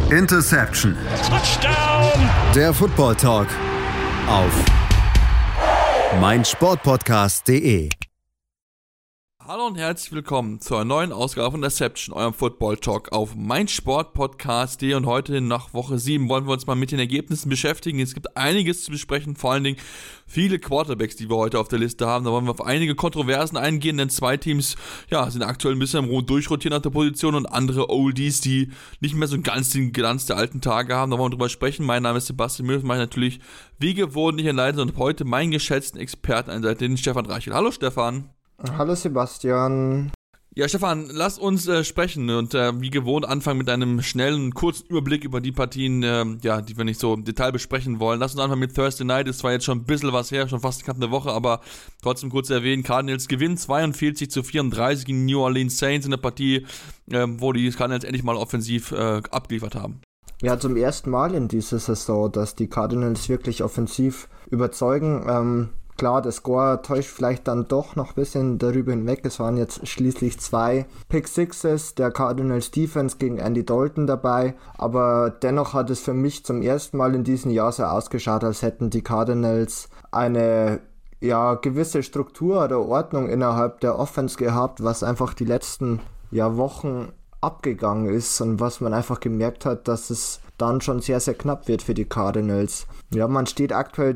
Interception. Touchdown. Der Football Talk auf meinsportpodcast.de. Hallo und herzlich willkommen zur neuen Ausgabe von Interception, eurem Football Talk auf meinsportpodcast.de. Und heute nach Woche 7 wollen wir uns mal mit den Ergebnissen beschäftigen. Es gibt einiges zu besprechen, vor allen Dingen viele Quarterbacks, die wir heute auf der Liste haben. Da wollen wir auf einige Kontroversen eingehen, denn zwei Teams sind aktuell ein bisschen am Durchrotieren nach der Position und andere Oldies, die nicht mehr so ganz den Glanz der alten Tage haben. Da wollen wir drüber sprechen. Mein Name ist Sebastian Müller, mache ich natürlich wie gewohnt nicht alleine und heute meinen geschätzten Experten an Seite, den Stefan Reichel. Hallo Stefan. Hallo Sebastian. Ja, Stefan, lass uns sprechen und wie gewohnt anfangen mit einem schnellen, kurzen Überblick über die Partien, die wir nicht so im Detail besprechen wollen. Lass uns anfangen mit Thursday Night, ist zwar jetzt schon ein bisschen was her, schon fast knapp eine Woche, aber trotzdem kurz erwähnen, Cardinals gewinnen 42-34 gegen New Orleans Saints in der Partie, wo die Cardinals endlich mal offensiv abgeliefert haben. Ja, zum ersten Mal in dieser Saison, dass die Cardinals wirklich offensiv überzeugen. Klar, der Score täuscht vielleicht dann doch noch ein bisschen darüber hinweg. Es waren jetzt schließlich 2 Pick-Sixes der Cardinals Defense gegen Andy Dalton dabei. Aber dennoch hat es für mich zum ersten Mal in diesem Jahr so ausgeschaut, als hätten die Cardinals eine gewisse Struktur oder Ordnung innerhalb der Offense gehabt, was einfach die letzten Wochen abgegangen ist und was man einfach gemerkt hat, dass es dann schon sehr, sehr knapp wird für die Cardinals. Ja, man steht aktuell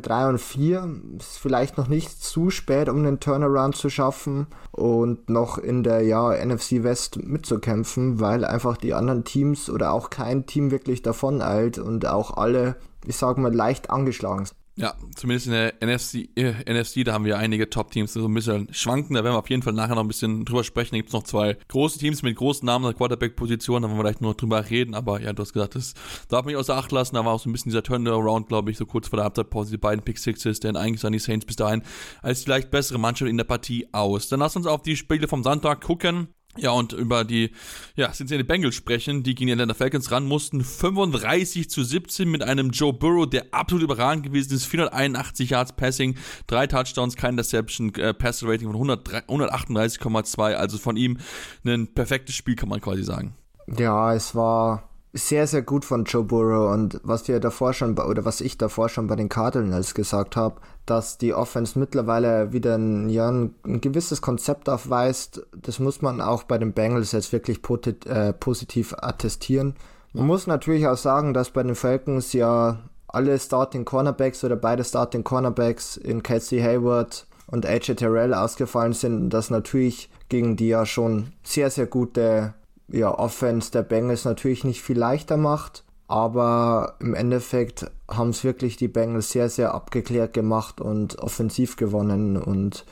3-4, ist vielleicht noch nicht zu spät, um den Turnaround zu schaffen und noch in der NFC West mitzukämpfen, weil einfach die anderen Teams oder auch kein Team wirklich davon eilt und auch alle, ich sag mal, leicht angeschlagen sind. Ja, zumindest in der NFC, da haben wir einige Top-Teams, die so ein bisschen schwanken. Da werden wir auf jeden Fall nachher noch ein bisschen drüber sprechen. Da gibt es noch 2 große Teams mit großen Namen der Quarterback-Position. Da wollen wir vielleicht nur drüber reden. Aber ja, du hast gesagt, das darf man nicht außer Acht lassen. Da war auch so ein bisschen dieser Turnaround, glaube ich, so kurz vor der Halbzeitpause, die beiden Pick-Sixes. Denn eigentlich sahen die Saints bis dahin als vielleicht bessere Mannschaft in der Partie aus. Dann lass uns auf die Spiele vom Sonntag gucken. Ja, und über die Cincinnati Bengals sprechen, die gegen die Atlanta Falcons ran mussten. 35-17 mit einem Joe Burrow, der absolut überragend gewesen ist. 481 Yards Passing, 3 Touchdowns, kein Interception, Passer-Rating von 138,2. Also von ihm ein perfektes Spiel, kann man quasi sagen. Ja, es war sehr, sehr gut von Joe Burrow und was ich davor schon bei den Cardinals gesagt habe, dass die Offense mittlerweile wieder ein gewisses Konzept aufweist, das muss man auch bei den Bengals jetzt wirklich positiv attestieren. Man muss natürlich auch sagen, dass bei den Falcons alle Starting Cornerbacks oder beide Starting Cornerbacks in Casey Hayward und AJ Terrell ausgefallen sind und das natürlich gegen die schon sehr, sehr gute Offense der Bengals natürlich nicht viel leichter macht, aber im Endeffekt haben es wirklich die Bengals sehr, sehr abgeklärt gemacht und offensiv gewonnen und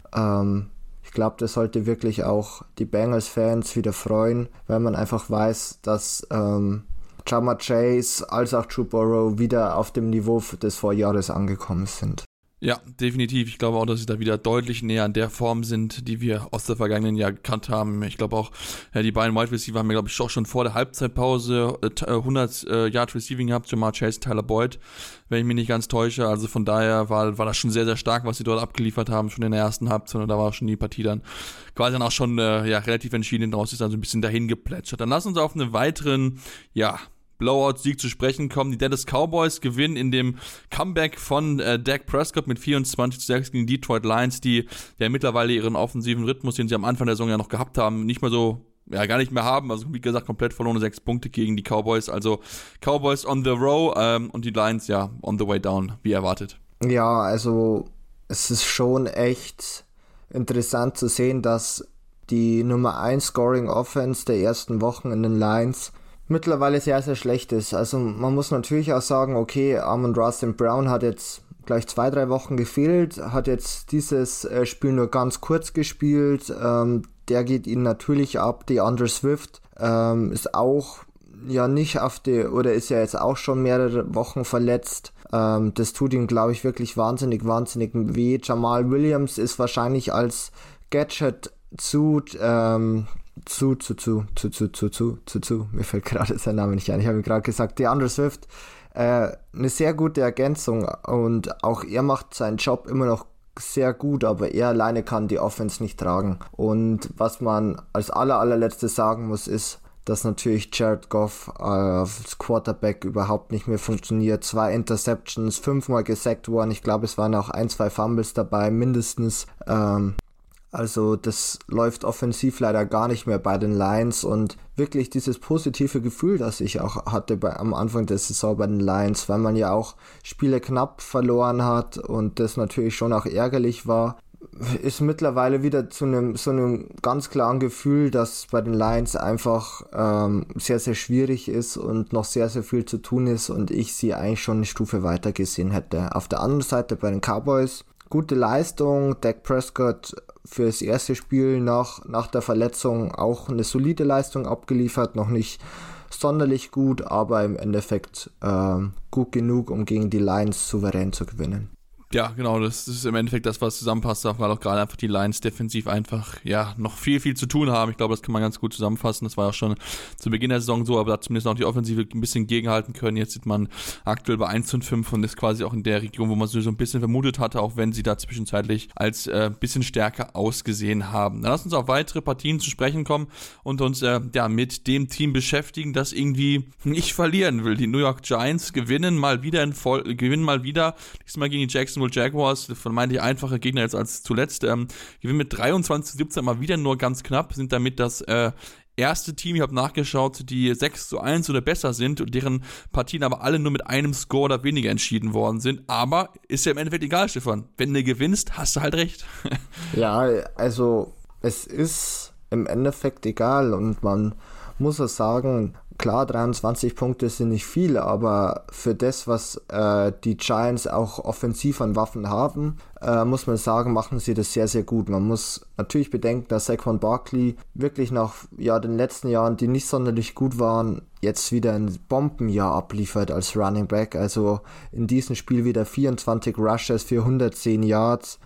ich glaube, das sollte wirklich auch die Bengals-Fans wieder freuen, weil man einfach weiß, dass Ja'Marr Chase als auch Joe Burrow wieder auf dem Niveau des Vorjahres angekommen sind. Ja, definitiv. Ich glaube auch, dass sie da wieder deutlich näher an der Form sind, die wir aus der vergangenen Jahr gekannt haben. Ich glaube auch, die beiden Wide Receiver haben wir, glaube ich, auch schon vor der Halbzeitpause 100 Yard Receiving gehabt, Ja'Marr Chase, Tyler Boyd, wenn ich mich nicht ganz täusche. Also von daher war das schon sehr, sehr stark, was sie dort abgeliefert haben, schon in der ersten Halbzeit. Und da war schon die Partie dann quasi dann auch schon relativ entschieden draus, ist dann so ein bisschen dahin geplätschert. Dann lass uns auf einen weiteren, Blowout-Sieg zu sprechen kommen. Die Dallas Cowboys gewinnen in dem Comeback von Dak Prescott mit 24-6 gegen die Detroit Lions, die mittlerweile ihren offensiven Rhythmus, den sie am Anfang der Saison noch gehabt haben, gar nicht mehr haben. Also wie gesagt, komplett verlorene 6 Punkte gegen die Cowboys. Also Cowboys on the row und die Lions on the way down, wie erwartet. Ja, also es ist schon echt interessant zu sehen, dass die Nummer 1 Scoring Offense der ersten Wochen in den Lions mittlerweile sehr, sehr schlecht ist. Also man muss natürlich auch sagen, okay, Amon-Ra St. Brown hat jetzt gleich 2-3 Wochen gefehlt, hat jetzt dieses Spiel nur ganz kurz gespielt. Der geht ihnen natürlich ab. DeAndre Swift ist auch nicht ist ja jetzt auch schon mehrere Wochen verletzt. Das tut ihm, glaube ich, wirklich wahnsinnig weh. Jamal Williams ist wahrscheinlich als Gadget mir fällt gerade sein Name nicht ein, ich habe gerade gesagt, DeAndre Swift, eine sehr gute Ergänzung und auch er macht seinen Job immer noch sehr gut, aber er alleine kann die Offense nicht tragen. Und was man als allerletztes sagen muss, ist, dass natürlich Jared Goff als Quarterback überhaupt nicht mehr funktioniert. 2 Interceptions, 5-mal gesackt worden. Ich glaube, es waren auch 1-2 Fumbles dabei, mindestens. Also das läuft offensiv leider gar nicht mehr bei den Lions und wirklich dieses positive Gefühl, das ich auch hatte am Anfang der Saison bei den Lions, weil man ja auch Spiele knapp verloren hat und das natürlich schon auch ärgerlich war, ist mittlerweile wieder zu so einem ganz klaren Gefühl, dass bei den Lions einfach sehr, sehr schwierig ist und noch sehr, sehr viel zu tun ist und ich sie eigentlich schon eine Stufe weiter gesehen hätte. Auf der anderen Seite bei den Cowboys, gute Leistung, Dak Prescott für das erste Spiel nach der Verletzung auch eine solide Leistung abgeliefert, noch nicht sonderlich gut, aber im Endeffekt gut genug, um gegen die Lions souverän zu gewinnen. Ja, genau, das ist im Endeffekt das, was zusammenpasst, weil auch gerade einfach die Lions defensiv einfach, ja, noch viel, viel zu tun haben. Ich glaube, das kann man ganz gut zusammenfassen. Das war auch schon zu Beginn der Saison so, aber da hat zumindest auch die Offensive ein bisschen gegenhalten können. Jetzt sieht man aktuell bei 1-5 und ist quasi auch in der Region, wo man so ein bisschen vermutet hatte, auch wenn sie da zwischenzeitlich als bisschen stärker ausgesehen haben. Dann lass uns auf weitere Partien zu sprechen kommen und uns mit dem Team beschäftigen, das irgendwie nicht verlieren will. Die New York Giants gewinnen mal wieder, diesmal gegen die Jacksonville Jaguars, vermeintlich einfache Gegner jetzt als zuletzt, gewinnen mit 23-17 mal wieder nur ganz knapp, sind damit das erste Team, ich habe nachgeschaut, die 6-1 oder besser sind und deren Partien aber alle nur mit einem Score oder weniger entschieden worden sind, aber ist ja im Endeffekt egal, Stefan, wenn du gewinnst, hast du halt recht. Ja, also es ist im Endeffekt egal und man muss es sagen, klar, 23 Punkte sind nicht viel, aber für das, was die Giants auch offensiv an Waffen haben, muss man sagen, machen sie das sehr, sehr gut. Man muss natürlich bedenken, dass Saquon Barkley wirklich nach den letzten Jahren, die nicht sonderlich gut waren, jetzt wieder ein Bombenjahr abliefert als Running Back. Also in diesem Spiel wieder 24 Rushes für 110 Yards,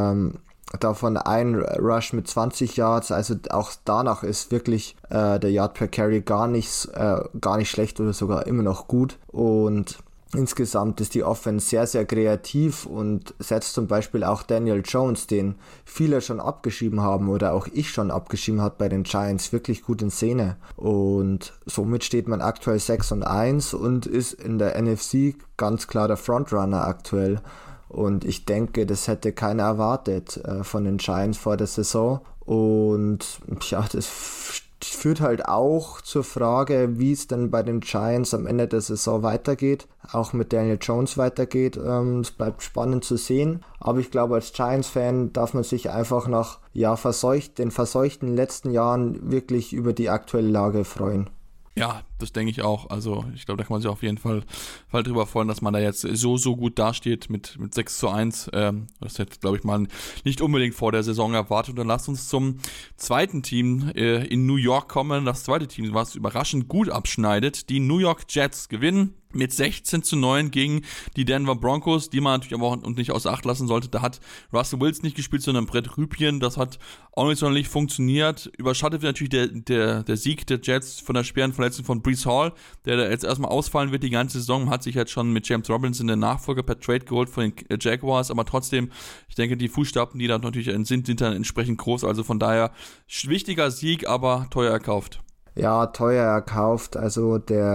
davon ein Rush mit 20 Yards, also auch danach ist wirklich der Yard per Carry gar nicht schlecht oder sogar immer noch gut und insgesamt ist die Offense sehr, sehr kreativ und setzt zum Beispiel auch Daniel Jones, den viele schon abgeschrieben haben oder auch ich schon abgeschrieben habe bei den Giants, wirklich gut in Szene und somit steht man aktuell 6-1 und ist in der NFC ganz klar der Frontrunner aktuell. Und ich denke, das hätte keiner erwartet von den Giants vor der Saison. Und ja, das führt halt auch zur Frage, wie es denn bei den Giants am Ende der Saison weitergeht. Auch mit Daniel Jones weitergeht. Es bleibt spannend zu sehen. Aber ich glaube, als Giants-Fan darf man sich einfach nach den verseuchten letzten Jahren wirklich über die aktuelle Lage freuen. Ja, das denke ich auch. Also ich glaube, da kann man sich auf jeden Fall drüber freuen, dass man da jetzt so gut dasteht mit 6-1. Das hätte, glaube ich, mal nicht unbedingt vor der Saison erwartet. Und dann lasst uns zum zweiten Team in New York kommen. Das zweite Team, was überraschend gut abschneidet. Die New York Jets gewinnen mit 16-9 gegen die Denver Broncos, die man natürlich aber auch nicht außer Acht lassen sollte. Da hat Russell Wilson nicht gespielt, sondern Brett Rypien. Das hat auch nicht sonderlich funktioniert. Überschattet wird natürlich der Sieg der Jets von der schweren Verletzung von Breece Hall, der da jetzt erstmal ausfallen wird die ganze Saison. Hat sich jetzt schon mit James Robinson den Nachfolger per Trade geholt von den Jaguars, aber trotzdem, ich denke, die Fußstapfen, die da natürlich sind dann entsprechend groß. Also von daher, wichtiger Sieg, aber teuer erkauft. Ja, teuer erkauft. Also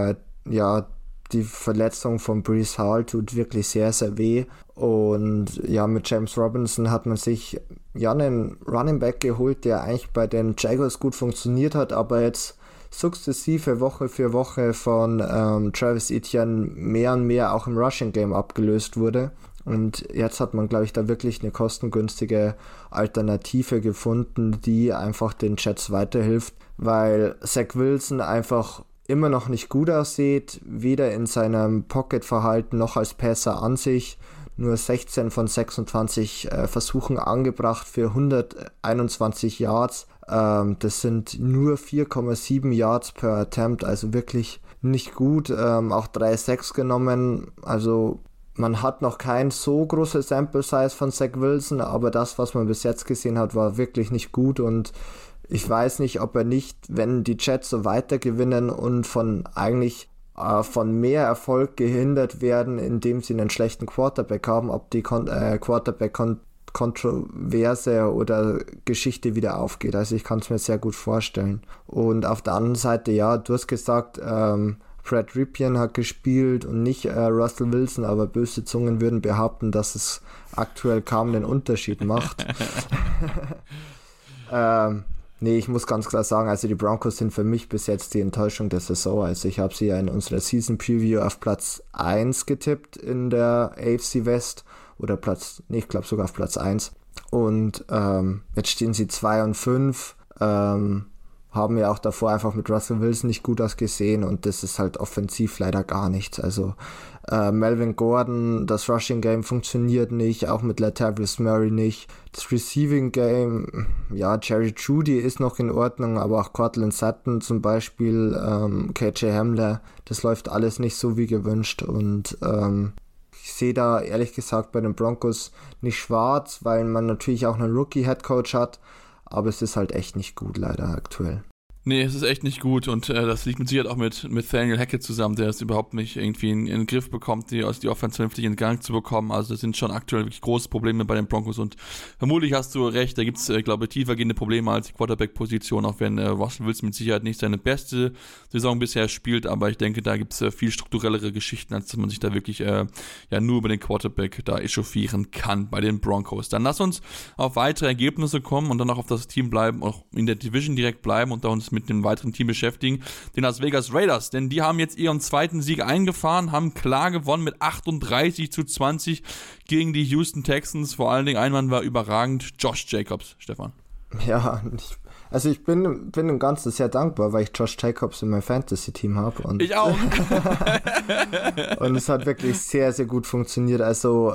die Verletzung von Breece Hall tut wirklich sehr, sehr weh. Und ja, mit James Robinson hat man sich einen Running Back geholt, der eigentlich bei den Jaguars gut funktioniert hat, aber jetzt sukzessive Woche für Woche von Travis Etienne mehr und mehr auch im Rushing Game abgelöst wurde. Und jetzt hat man, glaube ich, da wirklich eine kostengünstige Alternative gefunden, die einfach den Jets weiterhilft, weil Zach Wilson einfach immer noch nicht gut aussieht, weder in seinem Pocket-Verhalten noch als Passer an sich. Nur 16 von 26 Versuchen angebracht für 121 Yards. Das sind nur 4,7 Yards per Attempt, also wirklich nicht gut. Auch 3 Sacks genommen, also man hat noch kein so großes Sample Size von Zach Wilson, aber das, was man bis jetzt gesehen hat, war wirklich nicht gut und ich weiß nicht, ob er nicht, wenn die Jets so weiter gewinnen und von mehr Erfolg gehindert werden, indem sie einen schlechten Quarterback haben, ob die Kontroverse oder Geschichte wieder aufgeht. Also ich kann es mir sehr gut vorstellen. Und auf der anderen Seite, ja, du hast gesagt, Brad Ripien hat gespielt und nicht Russell Wilson, aber böse Zungen würden behaupten, dass es aktuell kaum den Unterschied macht. Nee, ich muss ganz klar sagen, also die Broncos sind für mich bis jetzt die Enttäuschung der Saison. Also ich habe sie ja in unserer Season Preview auf Platz 1 getippt in der AFC West oder ich glaube sogar auf Platz 1. Und jetzt stehen sie 2-5, haben ja auch davor einfach mit Russell Wilson nicht gut ausgesehen und das ist halt offensiv leider gar nichts. Also Melvin Gordon, das Rushing Game funktioniert nicht, auch mit Latavius Murray nicht. Das Receiving Game, ja, Jerry Jeudy ist noch in Ordnung, aber auch Cortland Sutton zum Beispiel, KJ Hamler, das läuft alles nicht so wie gewünscht und ich sehe da ehrlich gesagt bei den Broncos nicht schwarz, weil man natürlich auch einen Rookie-Headcoach hat, aber es ist halt echt nicht gut leider aktuell. Nee, es ist echt nicht gut und das liegt mit Sicherheit auch mit Nathaniel Hackett zusammen, der es überhaupt nicht irgendwie in den Griff bekommt, die Offense vernünftig in Gang zu bekommen. Also das sind schon aktuell wirklich große Probleme bei den Broncos und vermutlich hast du recht, da gibt es, glaube ich, tiefergehende Probleme als die Quarterback-Position, auch wenn Russell Wilson mit Sicherheit nicht seine beste Saison bisher spielt, aber ich denke, da gibt es viel strukturellere Geschichten, als dass man sich da wirklich nur über den Quarterback da echauffieren kann bei den Broncos. Dann lass uns auf weitere Ergebnisse kommen und dann auch auf das Team bleiben, auch in der Division direkt bleiben und da uns mit einem weiteren Team beschäftigen, den Las Vegas Raiders, denn die haben jetzt ihren zweiten Sieg eingefahren, haben klar gewonnen mit 38-20 gegen die Houston Texans, vor allen Dingen ein Mann war überragend, Josh Jacobs, Stefan. Ja, ich bin im Ganzen sehr dankbar, weil ich Josh Jacobs in meinem Fantasy-Team habe. Ich auch. Und es hat wirklich sehr, sehr gut funktioniert. Also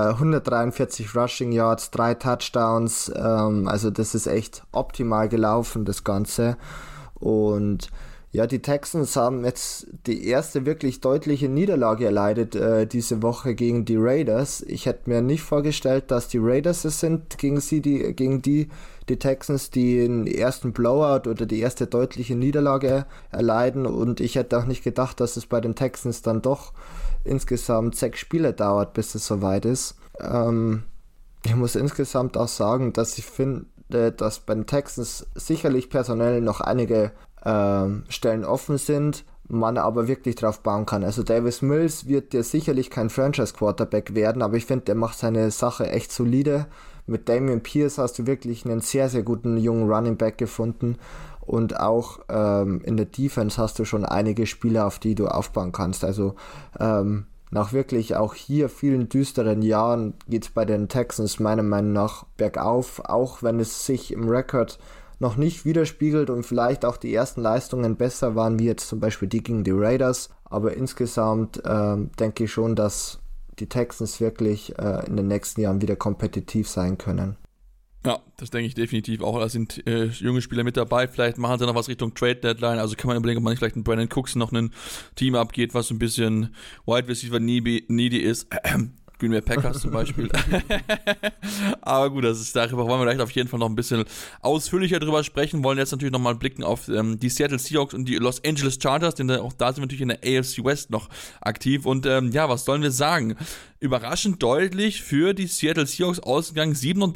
143 Rushing Yards, 3 Touchdowns, also das ist echt optimal gelaufen, das Ganze. Und ja, die Texans haben jetzt die erste wirklich deutliche Niederlage erleidet diese Woche gegen die Raiders. Ich hätte mir nicht vorgestellt, dass die Raiders es sind gegen die Texans, die den ersten Blowout oder die erste deutliche Niederlage erleiden. Und ich hätte auch nicht gedacht, dass es bei den Texans dann doch insgesamt 6 Spiele dauert, bis es soweit ist. Ich muss insgesamt auch sagen, dass ich finde, dass bei den Texans sicherlich personell noch einige Stellen offen sind, man aber wirklich drauf bauen kann. Also Davis Mills wird dir sicherlich kein Franchise-Quarterback werden, aber ich finde, der macht seine Sache echt solide. Mit Dameon Pierce hast du wirklich einen sehr, sehr guten jungen Running Back gefunden und auch in der Defense hast du schon einige Spieler, auf die du aufbauen kannst. Also nach wirklich auch hier vielen düsteren Jahren geht es bei den Texans meiner Meinung nach bergauf, auch wenn es sich im Rekord noch nicht widerspiegelt und vielleicht auch die ersten Leistungen besser waren, wie jetzt zum Beispiel die gegen die Raiders. Aber insgesamt denke ich schon, dass die Texans wirklich in den nächsten Jahren wieder kompetitiv sein können. Ja, das denke ich definitiv auch. Da sind junge Spieler mit dabei. Vielleicht machen sie noch was Richtung Trade Deadline. Also kann man überlegen, ob man nicht vielleicht einen Brandon Cooks noch ein Team abgeht, was so ein bisschen Wide Receiver needy ist. Green Bay Packers zum Beispiel. Aber gut, darüber wollen wir gleich auf jeden Fall noch ein bisschen ausführlicher drüber sprechen. Wollen jetzt natürlich nochmal blicken auf die Seattle Seahawks und die Los Angeles Chargers, denn auch da sind wir natürlich in der AFC West noch aktiv. Und was sollen wir sagen? Überraschend deutlich für die Seattle Seahawks ausgegangen,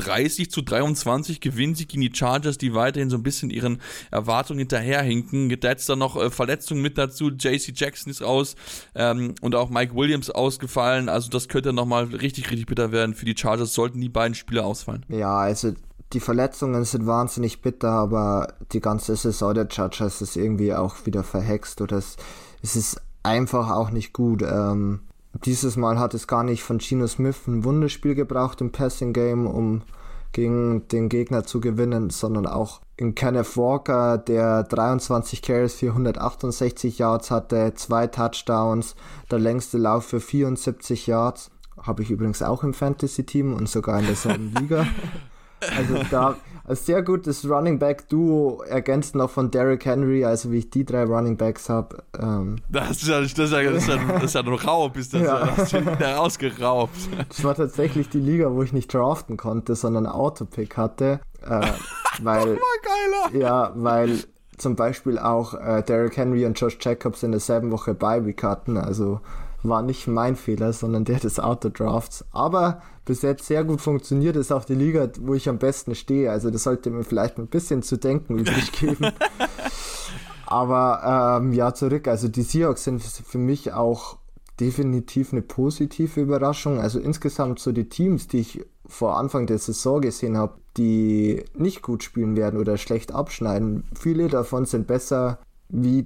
37-23 gewinnen sie gegen die Chargers, die weiterhin so ein bisschen ihren Erwartungen hinterherhinken. Da jetzt dann noch Verletzungen mit dazu, JC Jackson ist raus und auch Mike Williams ausgefallen, also das könnte nochmal richtig, richtig bitter werden für die Chargers, sollten die beiden Spieler ausfallen. Ja, also die Verletzungen sind wahnsinnig bitter, aber die ganze Saison der Chargers ist irgendwie auch wieder verhext oder es ist einfach auch nicht gut. Dieses Mal hat es gar nicht von Geno Smith ein Wunderspiel gebraucht im Passing Game, um gegen den Gegner zu gewinnen, sondern auch in Kenneth Walker, der 23 Carries für 168 Yards hatte, 2 Touchdowns, der längste Lauf für 74 Yards. Habe ich übrigens auch im Fantasy-Team und sogar in derselben Liga. Also da ein sehr gutes Running Back Duo ergänzt noch von Derrick Henry, also wie ich die 3 Running Backs habe. Das ist ja ein Raub, ist das ja. Das hast du wieder rausgeraubt. Das war tatsächlich die Liga, wo ich nicht draften konnte, sondern Autopick hatte. Weil zum Beispiel auch Derrick Henry und Josh Jacobs in derselben Woche Bye Week hatten, also war nicht mein Fehler, sondern der des Autodrafts. Aber bis jetzt sehr gut funktioniert, ist auch die Liga, wo ich am besten stehe. Also das sollte mir vielleicht ein bisschen zu denken übrig geben. Aber zurück. Also die Seahawks sind für mich auch definitiv eine positive Überraschung. Also insgesamt so die Teams, die ich vor Anfang der Saison gesehen habe, die nicht gut spielen werden oder schlecht abschneiden, viele davon sind besser wie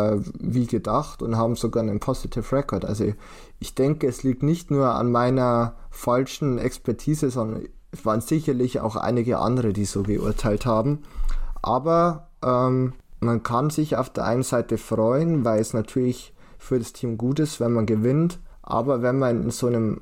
gedacht und haben sogar einen Positive Record. Also ich denke, es liegt nicht nur an meiner falschen Expertise, sondern es waren sicherlich auch einige andere, die so geurteilt haben. Aber man kann sich auf der einen Seite freuen, weil es natürlich für das Team gut ist, wenn man gewinnt. Aber wenn man in so einem,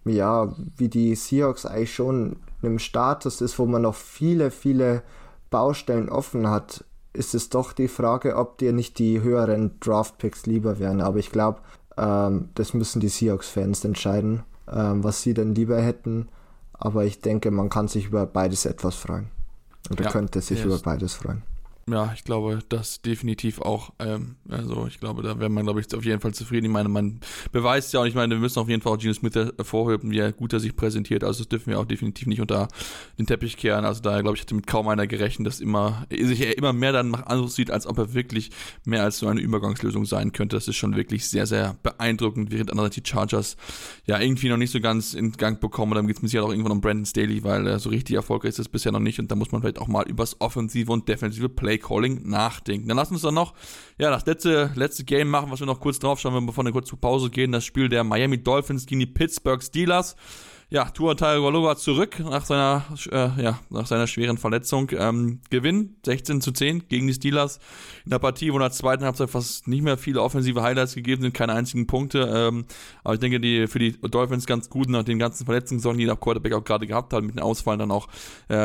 wie die Seahawks eigentlich schon in einem Status ist, wo man noch viele, viele Baustellen offen hat, ist es doch die Frage, ob dir nicht die höheren Draft-Picks lieber wären. Aber ich glaube, das müssen die Seahawks-Fans entscheiden, was sie denn lieber hätten. Aber ich denke, man kann sich über beides etwas freuen. Oder könnte sich über beides freuen. Ja, ich glaube, das definitiv auch. Also ich glaube, da wäre man, glaube ich, auf jeden Fall zufrieden. Ich meine, man beweist ja auch, ich meine, wir müssen auf jeden Fall auch Geno Smith hervorheben, wie gut er sich präsentiert. Also das dürfen wir auch definitiv nicht unter den Teppich kehren. Also daher, glaube ich, hätte mit kaum einer gerechnet, dass sich er immer mehr dann nach aussieht, als ob er wirklich mehr als so eine Übergangslösung sein könnte. Das ist schon wirklich sehr, sehr beeindruckend, während andere die Chargers ja irgendwie noch nicht so ganz in Gang bekommen. Und dann geht es mit Sicherheit auch irgendwann um Brandon Staley, weil so richtig erfolgreich ist es bisher noch nicht. Und da muss man vielleicht auch mal übers offensive und defensive Play-Calling nachdenken. Dann lassen wir uns dann noch das letzte Game machen, was wir noch kurz drauf schauen, bevor wir kurz zur Pause gehen. Das Spiel der Miami Dolphins gegen die Pittsburgh Steelers. Ja, Tua Tagovailoa zurück nach seiner schweren Verletzung. Gewinn 16-10 gegen die Steelers. In der Partie, wo in der zweiten Halbzeit fast nicht mehr viele offensive Highlights gegeben sind, keine einzigen Punkte. Aber ich denke, für die Dolphins ganz gut nach den ganzen Verletzungssorgen, die der Quarterback auch gerade gehabt hat, mit den Ausfallen dann auch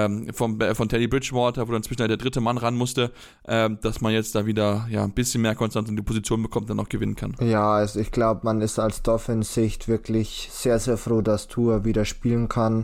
von Teddy Bridgewater, wo dann zwischendurch der dritte Mann ran musste, dass man jetzt da wieder ein bisschen mehr Konstanz in die Position bekommt, dann auch gewinnen kann. Ja, also ich glaube, man ist als Dolphins-Sicht wirklich sehr, sehr froh, dass Tua wieder spielen kann.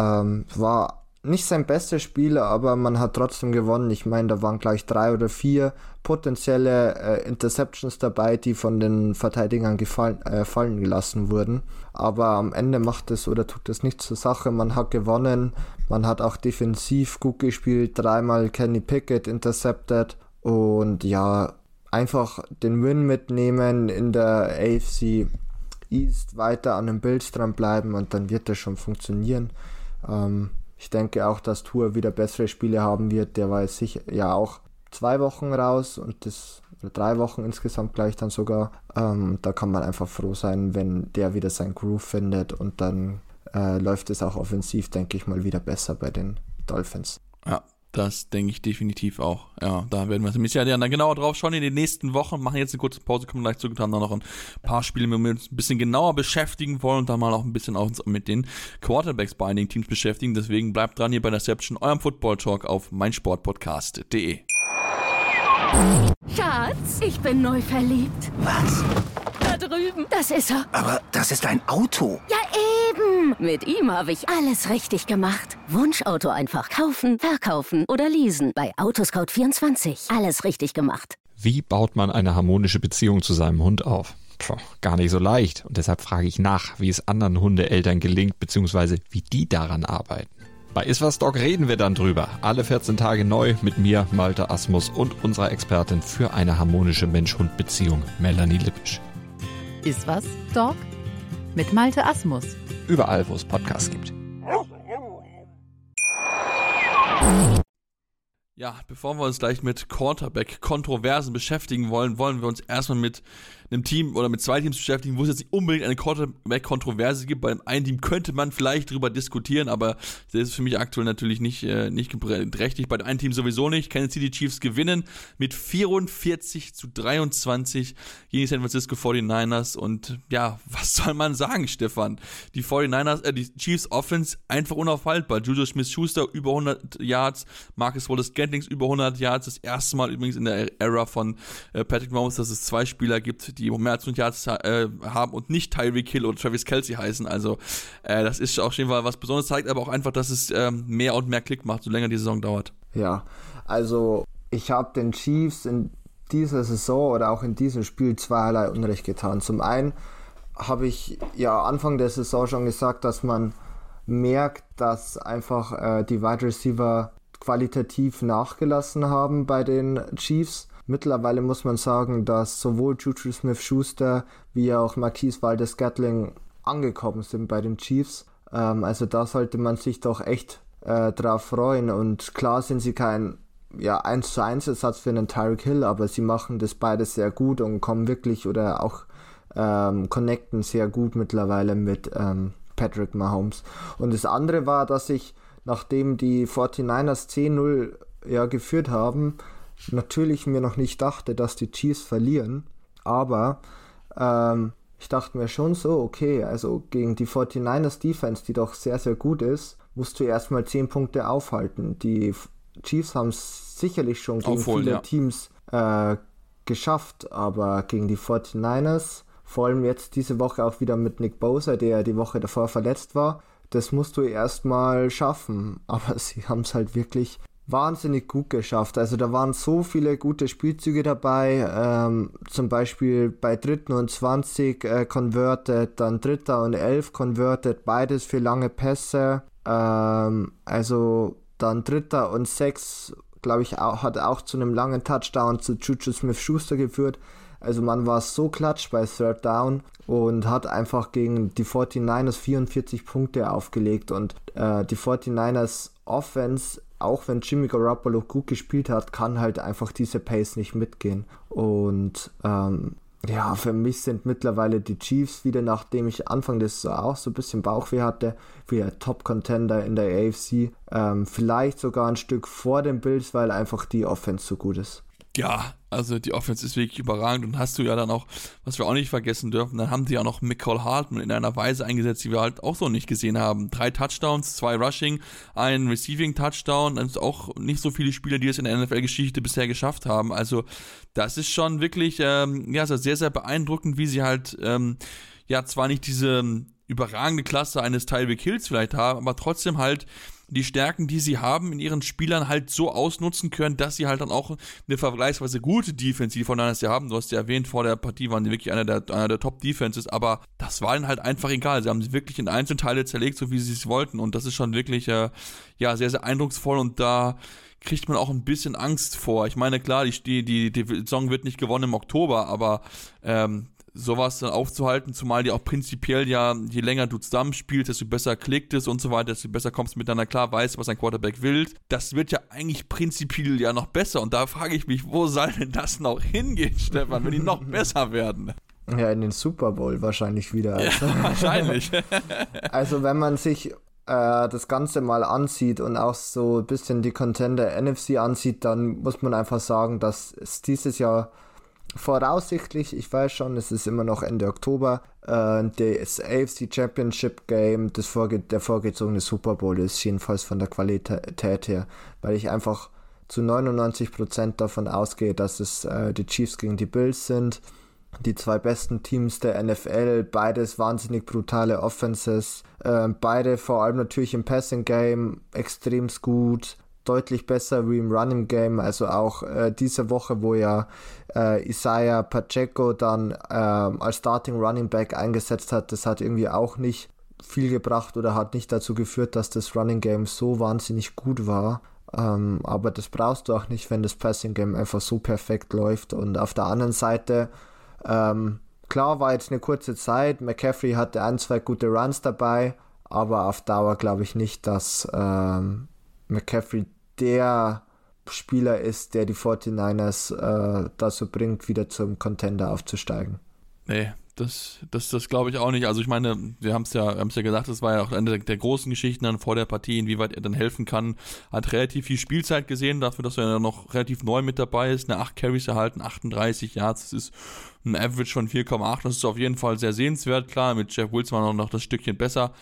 War nicht sein bestes Spiel, aber man hat trotzdem gewonnen. Ich meine, da waren gleich 3 oder 4 potenzielle Interceptions dabei, die von den Verteidigern fallen gelassen wurden. Aber am Ende tut es nichts zur Sache. Man hat gewonnen. Man hat auch defensiv gut gespielt. 3-mal Kenny Pickett intercepted. Und einfach den Win mitnehmen in der AFC East, weiter an den Bills dranbleiben und dann wird das schon funktionieren. Ich denke auch, dass Tua wieder bessere Spiele haben wird. Der war jetzt sicher auch 2 Wochen raus und 3 Wochen insgesamt gleich dann sogar. Da kann man einfach froh sein, wenn der wieder sein Groove findet und dann läuft es auch offensiv, denke ich mal, wieder besser bei den Dolphins. Ja. Das denke ich definitiv auch. Ja, da werden wir uns dann genauer drauf schauen in den nächsten Wochen. Machen jetzt eine kurze Pause, kommen gleich zurück und haben dann noch ein paar Spiele, mit denen wir uns ein bisschen genauer beschäftigen wollen und dann mal auch ein bisschen uns mit den Quarterbacks bei einigen Teams beschäftigen. Deswegen bleibt dran hier bei Interception, eurem Football Talk auf meinsportpodcast.de. Schatz, ich bin neu verliebt. Was? Da drüben. Das ist er. Aber das ist ein Auto. Ja, eben. Mit ihm habe ich alles richtig gemacht. Wunschauto einfach kaufen, verkaufen oder leasen. Bei Autoscout24. Alles richtig gemacht. Wie baut man eine harmonische Beziehung zu seinem Hund auf? Gar nicht so leicht. Und deshalb frage ich nach, wie es anderen Hundeeltern gelingt, beziehungsweise wie die daran arbeiten. Bei Iswas Dog reden wir dann drüber. Alle 14 Tage neu mit mir, Malte Asmus und unserer Expertin für eine harmonische Mensch-Hund-Beziehung, Melanie Lippisch. Iswas Dog mit Malte Asmus. Überall, wo es Podcasts gibt. Ja, bevor wir uns gleich mit Quarterback-Kontroversen beschäftigen wollen, wollen wir uns erstmal mit einem Team oder mit 2 Teams beschäftigen, wo es jetzt nicht unbedingt eine Quarterback-Kontroverse gibt. Bei einem Team könnte man vielleicht drüber diskutieren, aber das ist für mich aktuell natürlich nicht trächtig. Bei dem einen Team sowieso nicht. Kansas City Chiefs gewinnen mit 44-23 gegen die San Francisco 49ers. Und ja, was soll man sagen, Stefan? Die die Chiefs Offense einfach unaufhaltbar. Juju Smith-Schuster über 100 Yards, Marcus Wallace-Scantling über 100 Yards. Das erste Mal übrigens in der Ära von Patrick Mahomes, dass es 2 Spieler gibt, die mehr als 100 Yards haben und nicht Tyreek Hill oder Travis Kelce heißen. Also das ist auch schon mal was Besonderes, zeigt aber auch einfach, dass es mehr und mehr Klick macht, so länger die Saison dauert. Ja, also ich habe den Chiefs in dieser Saison oder auch in diesem Spiel zweierlei Unrecht getan. Zum einen habe ich ja Anfang der Saison schon gesagt, dass man merkt, dass einfach die Wide Receiver qualitativ nachgelassen haben bei den Chiefs. Mittlerweile muss man sagen, dass sowohl Juju Smith-Schuster wie auch Marquise Valdes-Scantling angekommen sind bei den Chiefs. Also da sollte man sich doch echt drauf freuen. Und klar sind sie kein 1:1 Ersatz für einen Tyreek Hill, aber sie machen das beides sehr gut und kommen wirklich oder auch connecten sehr gut mittlerweile mit Patrick Mahomes. Und das andere war, dass ich, nachdem die 49ers 10-0 geführt haben, natürlich mir noch nicht dachte, dass die Chiefs verlieren, aber ich dachte mir schon so, okay, also gegen die 49ers Defense, die doch sehr, sehr gut ist, musst du erstmal 10 Punkte aufhalten. Die Chiefs haben es sicherlich schon gegen viele Teams geschafft, aber gegen die 49ers, vor allem jetzt diese Woche auch wieder mit Nick Bosa, der die Woche davor verletzt war, das musst du erstmal schaffen. Aber sie haben es halt wirklich wahnsinnig gut geschafft. Also da waren so viele gute Spielzüge dabei, zum Beispiel bei 3. und 20 converted, dann 3. und 11 converted, beides für lange Pässe, also dann 3. und 6, glaube ich, hat auch zu einem langen Touchdown zu Juju Smith-Schuster geführt. Also man war so klatsch bei Third Down und hat einfach gegen die 49ers 44 Punkte aufgelegt und die 49ers Offense, auch wenn Jimmy Garoppolo gut gespielt hat, kann halt einfach diese Pace nicht mitgehen. Und für mich sind mittlerweile die Chiefs wieder, nachdem ich Anfang des Saison auch so ein bisschen Bauchweh hatte, wieder Top-Contender in der AFC. Vielleicht sogar ein Stück vor den Bills, weil einfach die Offense so gut ist. Ja, also die Offense ist wirklich überragend und hast du ja dann auch, was wir auch nicht vergessen dürfen, dann haben die ja noch Mecole Hardman in einer Weise eingesetzt, die wir halt auch so nicht gesehen haben. 3 Touchdowns, 2 Rushing, ein Receiving Touchdown, das ist auch nicht so viele Spieler, die es in der NFL-Geschichte bisher geschafft haben. Also das ist schon wirklich sehr, sehr beeindruckend, wie sie halt zwar nicht diese überragende Klasse eines Tyreek Hills vielleicht haben, aber trotzdem halt die Stärken, die sie haben, in ihren Spielern halt so ausnutzen können, dass sie halt dann auch eine vergleichsweise gute Defense, die von denen sie haben, du hast ja erwähnt, vor der Partie waren die wirklich einer der Top-Defenses, aber das war ihnen halt einfach egal. Sie haben sie wirklich in Einzelteile zerlegt, so wie sie es wollten, und das ist schon wirklich sehr, sehr eindrucksvoll, und da kriegt man auch ein bisschen Angst vor. Ich meine, klar, die Saison wird nicht gewonnen im Oktober, aber sowas dann aufzuhalten, zumal die auch prinzipiell je länger du zusammenspielst, desto besser klickt es und so weiter, desto besser kommst du miteinander klar, weißt, was ein Quarterback will. Das wird ja eigentlich prinzipiell ja noch besser, und da frage ich mich, wo soll denn das noch hingehen, Stefan, wenn die noch besser werden? Ja, in den Super Bowl wahrscheinlich wieder. Also. Ja, wahrscheinlich. Also wenn man sich das Ganze mal ansieht und auch so ein bisschen die Contender NFC ansieht, dann muss man einfach sagen, dass es dieses Jahr voraussichtlich, ich weiß schon, es ist immer noch Ende Oktober, das AFC Championship Game, der vorgezogene Super Bowl ist, jedenfalls von der Qualität her, weil ich einfach zu 99% davon ausgehe, dass es die Chiefs gegen die Bills sind, die 2 besten Teams der NFL, beides wahnsinnig brutale Offenses, beide vor allem natürlich im Passing Game extrem gut, deutlich besser wie im Running Game, also auch diese Woche, wo ja Isaiah Pacheco dann als Starting Running Back eingesetzt hat, das hat irgendwie auch nicht viel gebracht oder hat nicht dazu geführt, dass das Running Game so wahnsinnig gut war, aber das brauchst du auch nicht, wenn das Passing Game einfach so perfekt läuft. Und auf der anderen Seite, klar war jetzt eine kurze Zeit, McCaffrey hatte 1-2 gute Runs dabei, aber auf Dauer glaube ich nicht, dass McCaffrey der Spieler ist, der die 49ers dazu bringt, wieder zum Contender aufzusteigen. Nee, das glaube ich auch nicht. Also ich meine, wir haben es ja gesagt, das war ja auch eine der großen Geschichten dann vor der Partie, inwieweit er dann helfen kann. Hat relativ viel Spielzeit gesehen, dafür, dass er ja noch relativ neu mit dabei ist. 8 Carries erhalten, 38 Yards, das ist ein Average von 4,8. Das ist auf jeden Fall sehr sehenswert. Klar, mit Jeff Wilson war noch das Stückchen besser.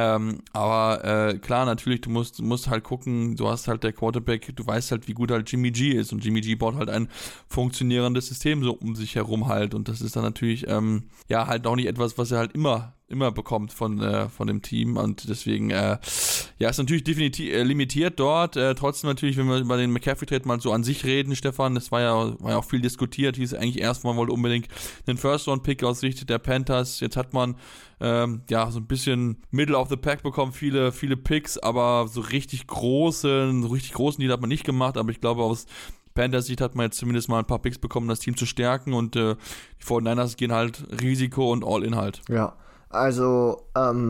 Aber klar, natürlich, du musst halt gucken, du hast halt der Quarterback, du weißt halt, wie gut halt Jimmy G ist, und Jimmy G baut halt ein funktionierendes System so um sich herum halt, und das ist dann natürlich halt auch nicht etwas, was er halt immer bekommt von dem Team, und deswegen Ja, ist natürlich definitiv limitiert dort. Trotzdem natürlich, wenn wir über den McCaffrey-Trade mal so an sich reden, Stefan, das war ja auch viel diskutiert. Hieß eigentlich erst, man wollte unbedingt einen First-Round-Pick aus Sicht der Panthers. Jetzt hat man so ein bisschen Middle of the Pack bekommen, viele Picks, aber so richtig großen Deal hat man nicht gemacht. Aber ich glaube, aus Panthers Sicht hat man jetzt zumindest mal ein paar Picks bekommen, das Team zu stärken. Und die 49ers gehen halt Risiko und All-In halt. Ja, also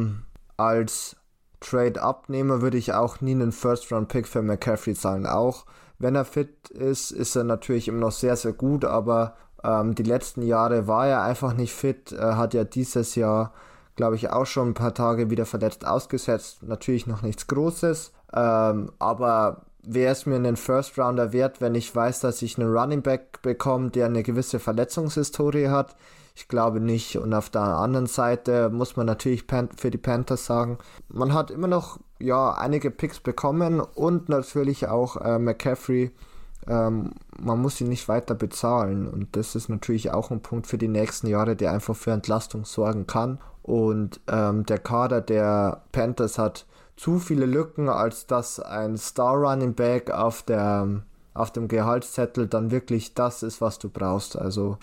als Trade-Up-Nehmer würde ich auch nie einen First-Round-Pick für McCaffrey zahlen. Auch wenn er fit ist, ist er natürlich immer noch sehr, sehr gut, aber die letzten Jahre war er einfach nicht fit. Er hat ja dieses Jahr, glaube ich, auch schon ein paar Tage wieder verletzt ausgesetzt. Natürlich noch nichts Großes, aber wäre es mir einen First-Rounder wert, wenn ich weiß, dass ich einen Running Back bekomme, der eine gewisse Verletzungshistorie hat? Ich glaube nicht. Und auf der anderen Seite muss man natürlich für die Panthers sagen, man hat immer noch einige Picks bekommen und natürlich auch McCaffrey. Man muss ihn nicht weiter bezahlen und das ist natürlich auch ein Punkt für die nächsten Jahre, der einfach für Entlastung sorgen kann. Und der Kader der Panthers hat zu viele Lücken, als dass ein Star-Running Back auf dem Gehaltszettel dann wirklich das ist, was du brauchst. Also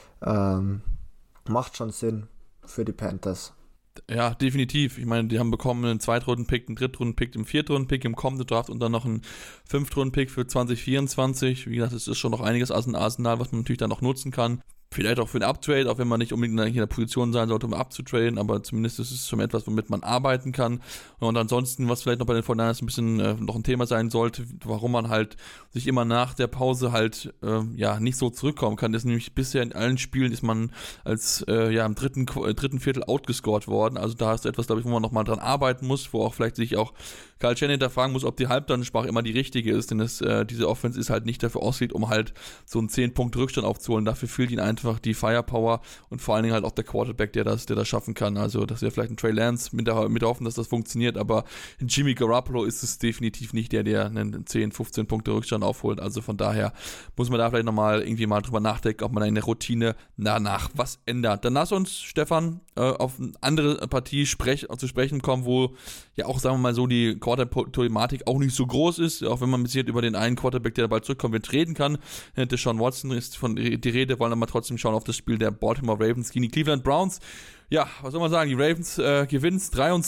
macht schon Sinn für die Panthers. Ja, definitiv. Ich meine, die haben bekommen einen Zweitrunden-Pick, einen Drittrunden-Pick, einen Viertrunden-Pick im kommenden Draft und dann noch einen Fünftrunden-Pick für 2024. Wie gesagt, es ist schon noch einiges aus dem Arsenal, was man natürlich dann noch nutzen kann. Vielleicht auch für einen Uptrade, auch wenn man nicht unbedingt in der Position sein sollte, um abzutraden, aber zumindest ist es schon etwas, womit man arbeiten kann. Und ansonsten, was vielleicht noch bei den 49ers ein bisschen noch ein Thema sein sollte, warum man halt sich immer nach der Pause halt nicht so zurückkommen kann, ist nämlich bisher in allen Spielen ist man als im dritten Viertel outgescored worden. Also da ist etwas, glaube ich, wo man nochmal dran arbeiten muss, wo auch vielleicht sich auch Kyle Shanahan hinterfragen muss, ob die Halbzeitansprache immer die richtige ist, denn diese Offense ist halt nicht dafür ausgelegt, um halt so einen 10-Punkt-Rückstand aufzuholen. Dafür fehlt ihnen einfach die Firepower und vor allen Dingen halt auch der Quarterback, der das schaffen kann. Also das wäre vielleicht ein Trey Lance mit der Hoffnung, dass das funktioniert, aber Jimmy Garoppolo ist es definitiv nicht der einen 10-15 Punkte Rückstand aufholt. Also von daher muss man da vielleicht nochmal irgendwie mal drüber nachdenken, ob man in der Routine danach was ändert. Dann lass uns, Stefan, auf eine andere Partie zu sprechen kommen, wo ja auch, sagen wir mal so, die Quarterback-Thematik auch nicht so groß ist, auch wenn man bis jetzt über den einen Quarterback, der bald zurückkommt, wird reden kann. Deshaun Watson ist von die Rede, wollen aber trotzdem schauen auf das Spiel der Baltimore Ravens gegen die Cleveland Browns. Ja, was soll man sagen, die Ravens gewinnen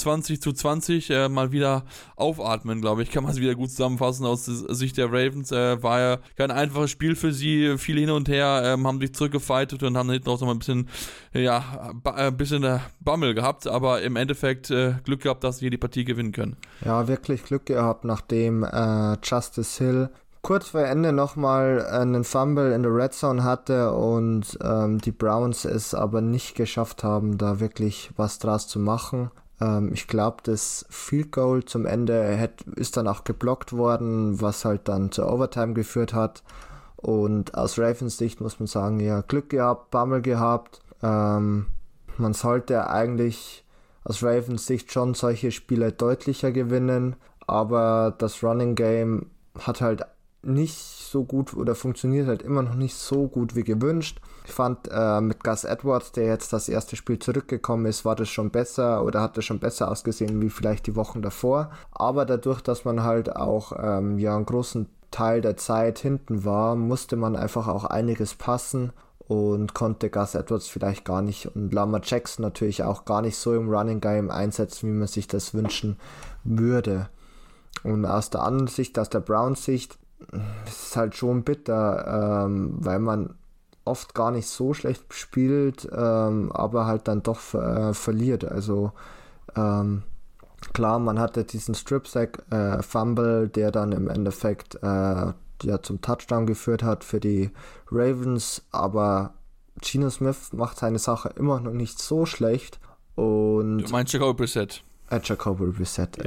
23-20, mal wieder aufatmen, glaube ich, kann man es wieder gut zusammenfassen aus Sicht der Ravens. War ja kein einfaches Spiel für sie, viel hin und her, haben sich zurückgefightet und haben hinten auch noch mal ein bisschen Bammel gehabt, aber im Endeffekt Glück gehabt, dass sie die Partie gewinnen können. Ja, wirklich Glück gehabt, nachdem Justice Hill kurz vor Ende nochmal einen Fumble in der Red Zone hatte und die Browns es aber nicht geschafft haben, da wirklich was draus zu machen. Ich glaube, das Field Goal zum Ende ist dann auch geblockt worden, was halt dann zur Overtime geführt hat. Und aus Ravens Sicht muss man sagen, ja, Glück gehabt, Bammel gehabt. Man sollte eigentlich aus Ravens Sicht schon solche Spiele deutlicher gewinnen, aber das Running Game hat halt nicht so gut oder funktioniert halt immer noch nicht so gut wie gewünscht. Ich fand mit Gus Edwards, der jetzt das erste Spiel zurückgekommen ist, war das schon besser oder hat das schon besser ausgesehen wie vielleicht die Wochen davor. Aber dadurch, dass man halt auch einen großen Teil der Zeit hinten war, musste man einfach auch einiges passen und konnte Gus Edwards vielleicht gar nicht und Lamar Jackson natürlich auch gar nicht so im Running Game einsetzen, wie man sich das wünschen würde. Und aus der anderen Sicht, aus der Browns Sicht, es ist halt schon bitter, weil man oft gar nicht so schlecht spielt, aber halt dann doch verliert. Also klar, man hatte diesen Strip-Sack-Fumble, der dann im Endeffekt zum Touchdown geführt hat für die Ravens, aber Geno Smith macht seine Sache immer noch nicht so schlecht. Und du meinst Jacoby Brissett? Jacoby Brissett.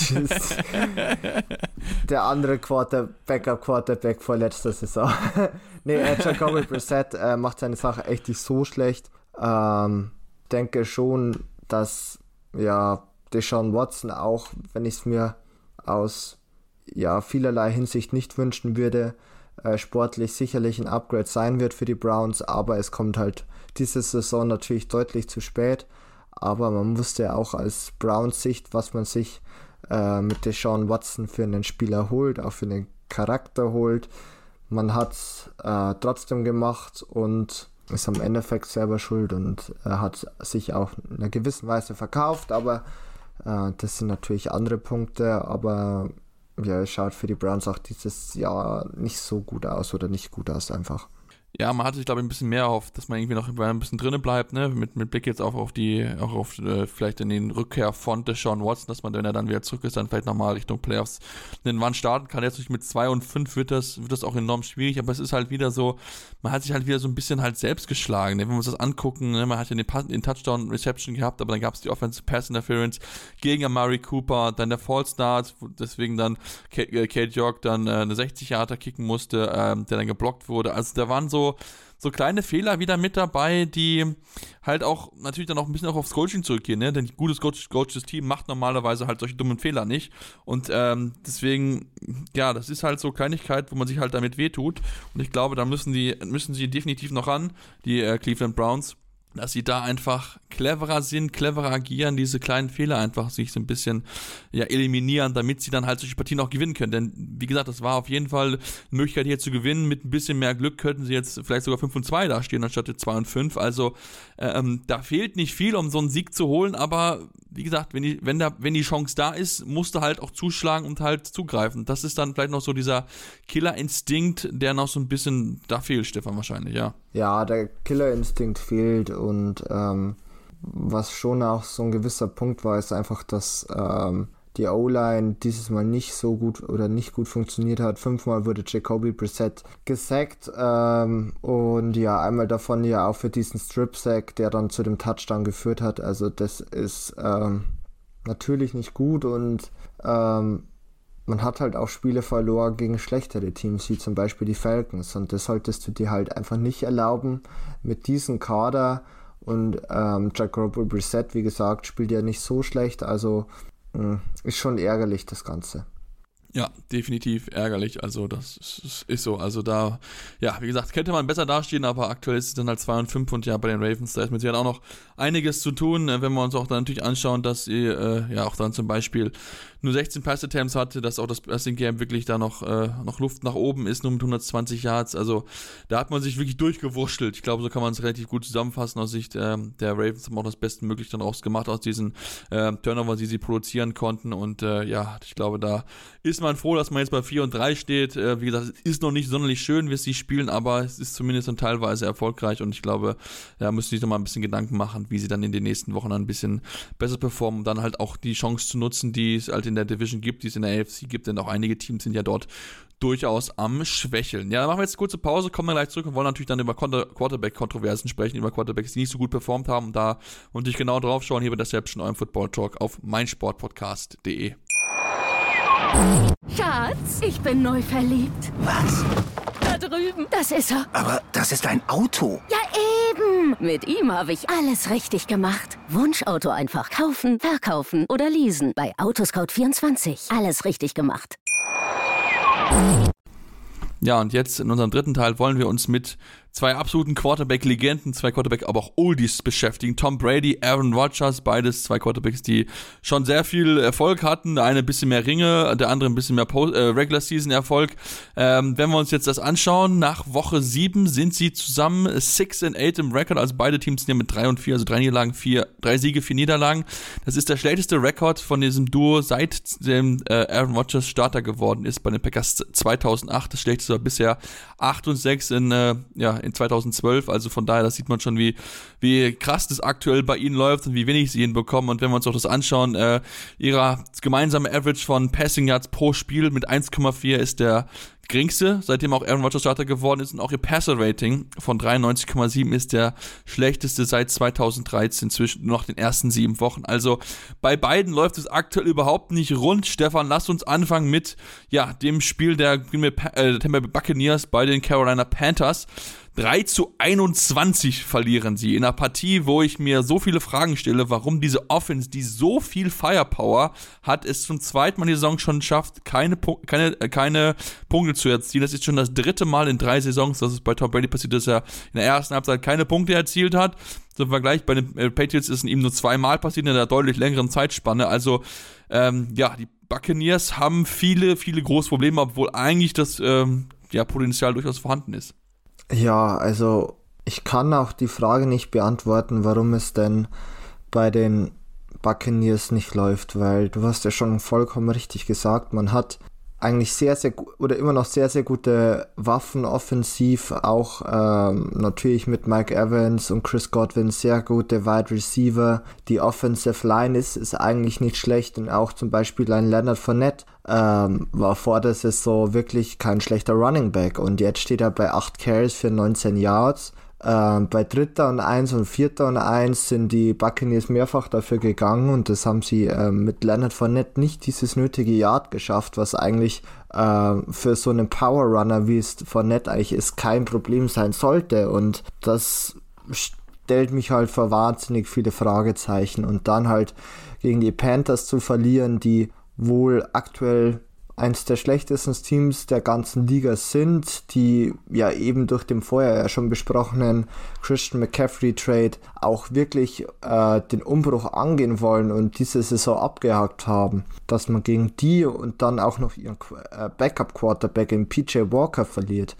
Der andere Backup-Quarterback vor letzter Saison. Jacoby Brissett macht seine Sache echt nicht so schlecht. Denke schon, dass Deshaun Watson auch, wenn ich es mir aus vielerlei Hinsicht nicht wünschen würde, sportlich sicherlich ein Upgrade sein wird für die Browns, aber es kommt halt diese Saison natürlich deutlich zu spät. Aber man wusste ja auch als Browns Sicht, was man sich mit Deshaun Watson für einen Spieler holt, auch für einen Charakter holt. Man hat es trotzdem gemacht und ist am Endeffekt selber schuld und hat sich auch in einer gewissen Weise verkauft, aber das sind natürlich andere Punkte, aber ja, es schaut für die Browns auch dieses Jahr nicht so gut aus oder nicht gut aus einfach. Ja, man hatte sich, glaube ich, ein bisschen mehr erhofft, dass man irgendwie noch ein bisschen drinnen bleibt, ne? Mit Blick jetzt auch auf vielleicht in den Rückkehr von Deshaun Watson, dass man, wenn er dann wieder zurück ist, dann vielleicht nochmal Richtung Playoffs einen Run starten kann. Jetzt mit 2-5 wird das auch enorm schwierig, aber es ist halt wieder so, man hat sich halt wieder so ein bisschen halt selbst geschlagen, ne? Wenn wir uns das angucken, ne? Man hat ja den Touchdown-Reception gehabt, aber dann gab es die Offensive Pass Interference gegen Amari Cooper, dann der False Start, deswegen dann Cade York dann eine 60-Yarder kicken musste, der dann geblockt wurde. Also da waren so kleine Fehler wieder mit dabei, die halt auch natürlich dann auch ein bisschen auch aufs Coaching zurückgehen, ne? Denn ein gutes coachtes Team macht normalerweise halt solche dummen Fehler nicht. Und deswegen, ja, das ist halt so Kleinigkeit, wo man sich halt damit wehtut. Und ich glaube, da müssen sie definitiv noch ran, die Cleveland Browns, dass sie da einfach cleverer sind, cleverer agieren, diese kleinen Fehler einfach sich so ein bisschen eliminieren, damit sie dann halt solche Partien auch gewinnen können. Denn wie gesagt, das war auf jeden Fall eine Möglichkeit hier zu gewinnen. Mit ein bisschen mehr Glück könnten sie jetzt vielleicht sogar 5-2 dastehen, anstatt 2-5. Also da fehlt nicht viel, um so einen Sieg zu holen, aber wie gesagt, wenn die Chance da ist, musst du halt auch zuschlagen und halt zugreifen. Das ist dann vielleicht noch so dieser Killerinstinkt, der noch so ein bisschen da fehlt, Stefan, wahrscheinlich, ja. Ja, der Killerinstinkt fehlt und was schon auch so ein gewisser Punkt war, ist einfach, dass die O-Line dieses Mal nicht so gut oder nicht gut funktioniert hat. 5-mal wurde Jacoby Brissett gesackt und ja, einmal davon ja auch für diesen Strip-Sack, der dann zu dem Touchdown geführt hat. Also das ist natürlich nicht gut und man hat halt auch Spiele verloren gegen schlechtere Teams, wie zum Beispiel die Falcons, und das solltest du dir halt einfach nicht erlauben mit diesem Kader. Und Jacoby Brissett, wie gesagt, spielt ja nicht so schlecht, also ist schon ärgerlich, das Ganze. Ja, definitiv ärgerlich, also das ist so, also da, ja, wie gesagt, könnte man besser dastehen, aber aktuell ist es dann halt 2-5 und ja, bei den Ravens, da ist mit Sicherheit auch noch einiges zu tun, wenn wir uns auch dann natürlich anschauen, dass sie ja auch dann zum Beispiel nur 16 Pass-Attempts hatte, dass auch das Passing-Game wirklich da noch Luft nach oben ist, nur mit 120 Yards, also da hat man sich wirklich durchgewurschtelt. Ich glaube, so kann man es relativ gut zusammenfassen aus Sicht der Ravens, haben auch das Bestmöglich dann rausgemacht aus diesen Turnover, die sie produzieren konnten und ja, ich glaube, da ist man froh, dass man jetzt bei 4-3 steht. Wie gesagt, es ist noch nicht sonderlich schön, wie sie spielen, aber es ist zumindest dann teilweise erfolgreich und ich glaube, da müssen sie sich noch mal ein bisschen Gedanken machen, wie sie dann in den nächsten Wochen ein bisschen besser performen, um dann halt auch die Chance zu nutzen, die es halt in der Division gibt, die es in der AFC gibt, denn auch einige Teams sind ja dort durchaus am Schwächeln. Ja, dann machen wir jetzt eine kurze Pause, kommen wir gleich zurück und wollen natürlich dann über Quarterback-Kontroversen sprechen, über Quarterbacks, die nicht so gut performt haben und da und dich genau drauf schauen, hier bei der Reception, eurem Football-Talk auf meinsportpodcast.de. Schatz, ich bin neu verliebt. Was? Da drüben. Das ist er. Aber das ist ein Auto. Ja, eben. Mit ihm habe ich alles richtig gemacht. Wunschauto einfach kaufen, verkaufen oder leasen. Bei Autoscout24. Alles richtig gemacht. Ja, und jetzt in unserem dritten Teil wollen wir uns mit zwei absoluten Quarterback-Legenden, zwei Quarterback, aber auch Oldies beschäftigen. Tom Brady, Aaron Rodgers, beides zwei Quarterbacks, die schon sehr viel Erfolg hatten. Der eine ein bisschen mehr Ringe, der andere ein bisschen mehr Regular-Season-Erfolg. Wenn wir uns jetzt das anschauen, nach Woche 7 sind sie zusammen 6-8 im Rekord, also beide Teams sind ja mit 3-4, also 3 Niederlagen, 3 Siege, 4 Niederlagen. Das ist der schlechteste Rekord von diesem Duo, seit dem Aaron Rodgers Starter geworden ist bei den Packers 2008. Das schlechteste war bisher 8-6 in 2012, also von daher, das sieht man schon, wie krass das aktuell bei ihnen läuft und wie wenig sie hinbekommen. Und wenn wir uns auch das anschauen, ihrer gemeinsame Average von Passing Yards pro Spiel mit 1,4 ist der geringste, seitdem auch Aaron Rodgers Starter geworden ist, und auch ihr Passer-Rating von 93,7 ist der schlechteste seit 2013 zwischen noch den ersten 7 Wochen. Also bei beiden läuft es aktuell überhaupt nicht rund. Stefan, lass uns anfangen mit dem Spiel der Tampa Bay Buccaneers bei den Carolina Panthers. 3-21 verlieren sie in einer Partie, wo ich mir so viele Fragen stelle, warum diese Offense, die so viel Firepower hat, es zum zweiten Mal die Saison schon schafft, keine Punkte zu erzielen. Das ist schon das 3. Mal in 3 Saisons, dass es bei Tom Brady passiert, dass er in der ersten Halbzeit keine Punkte erzielt hat. Zum Vergleich bei den Patriots ist es ihm nur 2 Mal passiert in einer deutlich längeren Zeitspanne. Also die Buccaneers haben viele, viele große Probleme, obwohl eigentlich das Potenzial durchaus vorhanden ist. Ja, also ich kann auch die Frage nicht beantworten, warum es denn bei den Buccaneers nicht läuft, weil du hast ja schon vollkommen richtig gesagt, man hat eigentlich sehr, sehr oder immer noch sehr, sehr gute Waffen offensiv, auch natürlich mit Mike Evans und Chris Godwin sehr gute Wide Receiver. Die Offensive Line ist eigentlich nicht schlecht und auch zum Beispiel ein Leonard Fournette war vor der Saison wirklich kein schlechter Running Back und jetzt steht er bei 8 Carries für 19 Yards. Bei 3. und 1 und 4. und 1 sind die Buccaneers mehrfach dafür gegangen und das haben sie mit Leonard Fournette nicht dieses nötige Yard geschafft, was eigentlich für so einen Power Runner, wie es Fournette eigentlich ist, kein Problem sein sollte und das stellt mich halt vor wahnsinnig viele Fragezeichen und dann halt gegen die Panthers zu verlieren, die wohl aktuell eins der schlechtesten Teams der ganzen Liga sind, die ja eben durch den vorher ja schon besprochenen Christian McCaffrey-Trade auch wirklich den Umbruch angehen wollen und diese Saison abgehakt haben, dass man gegen die und dann auch noch ihren Backup-Quarterback in PJ Walker verliert.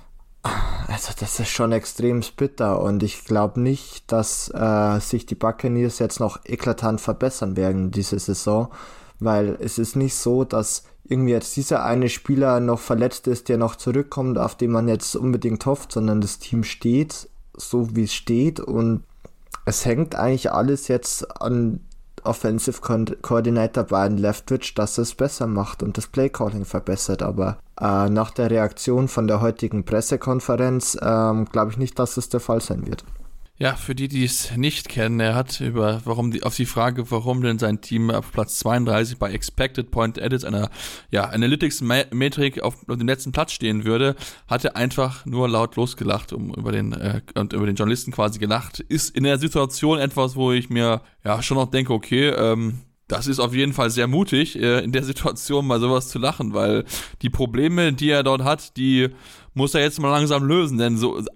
Also das ist schon extrem bitter und ich glaube nicht, dass sich die Buccaneers jetzt noch eklatant verbessern werden diese Saison, weil es ist nicht so, dass irgendwie jetzt dieser eine Spieler noch verletzt ist, der noch zurückkommt, auf den man jetzt unbedingt hofft, sondern das Team steht so, wie es steht und es hängt eigentlich alles jetzt an Offensive Coordinator Brian Leftwich, dass es besser macht und das Playcalling verbessert, aber nach der Reaktion von der heutigen Pressekonferenz glaube ich nicht, dass es der Fall sein wird. Ja, für die es nicht kennen, er hat auf die Frage, warum denn sein Team auf Platz 32 bei Expected Point Added, einer Analytics-Metrik auf dem letzten Platz stehen würde, hat er einfach nur laut losgelacht und über den Journalisten quasi gelacht. Ist in der Situation etwas, wo ich mir ja schon noch denke, okay, das ist auf jeden Fall sehr mutig, in der Situation mal sowas zu lachen, weil die Probleme, die er dort hat, die muss er jetzt mal langsam lösen, denn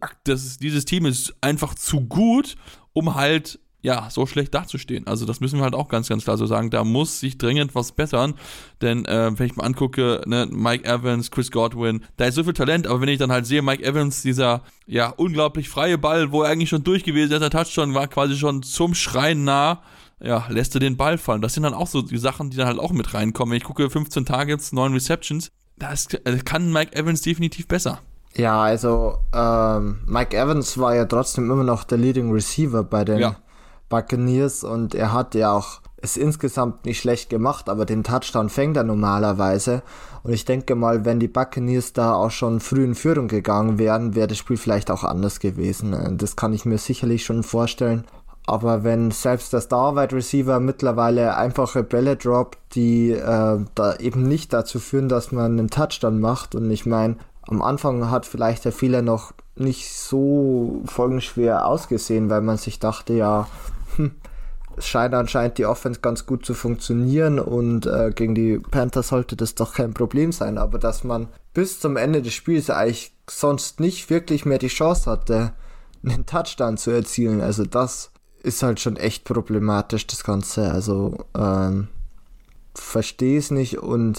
dieses Team ist einfach zu gut, um halt so schlecht dazustehen. Also das müssen wir halt auch ganz, ganz klar so sagen. Da muss sich dringend was bessern, denn wenn ich mal angucke, ne, Mike Evans, Chris Godwin, da ist so viel Talent, aber wenn ich dann halt sehe, Mike Evans, dieser unglaublich freie Ball, wo er eigentlich schon durch gewesen ist, der Touchdown war quasi schon zum Schreien nah, lässt er den Ball fallen. Das sind dann auch so die Sachen, die dann halt auch mit reinkommen. Wenn ich gucke, 15 Targets, 9 Receptions, kann Mike Evans definitiv besser. Ja, also Mike Evans war ja trotzdem immer noch der Leading Receiver bei den Buccaneers und er hat ja auch es insgesamt nicht schlecht gemacht, aber den Touchdown fängt er normalerweise und ich denke mal, wenn die Buccaneers da auch schon früh in Führung gegangen wären, wäre das Spiel vielleicht auch anders gewesen. Das kann ich mir sicherlich schon vorstellen. Aber wenn selbst der Star-Wide Receiver mittlerweile einfache Bälle droppt, die da eben nicht dazu führen, dass man einen Touchdown macht. Und ich meine, am Anfang hat vielleicht der Fehler noch nicht so folgenschwer ausgesehen, weil man sich dachte, es scheint anscheinend die Offense ganz gut zu funktionieren und gegen die Panthers sollte das doch kein Problem sein. Aber dass man bis zum Ende des Spiels eigentlich sonst nicht wirklich mehr die Chance hatte, einen Touchdown zu erzielen, also das ist halt schon echt problematisch, das Ganze. Also verstehe es nicht und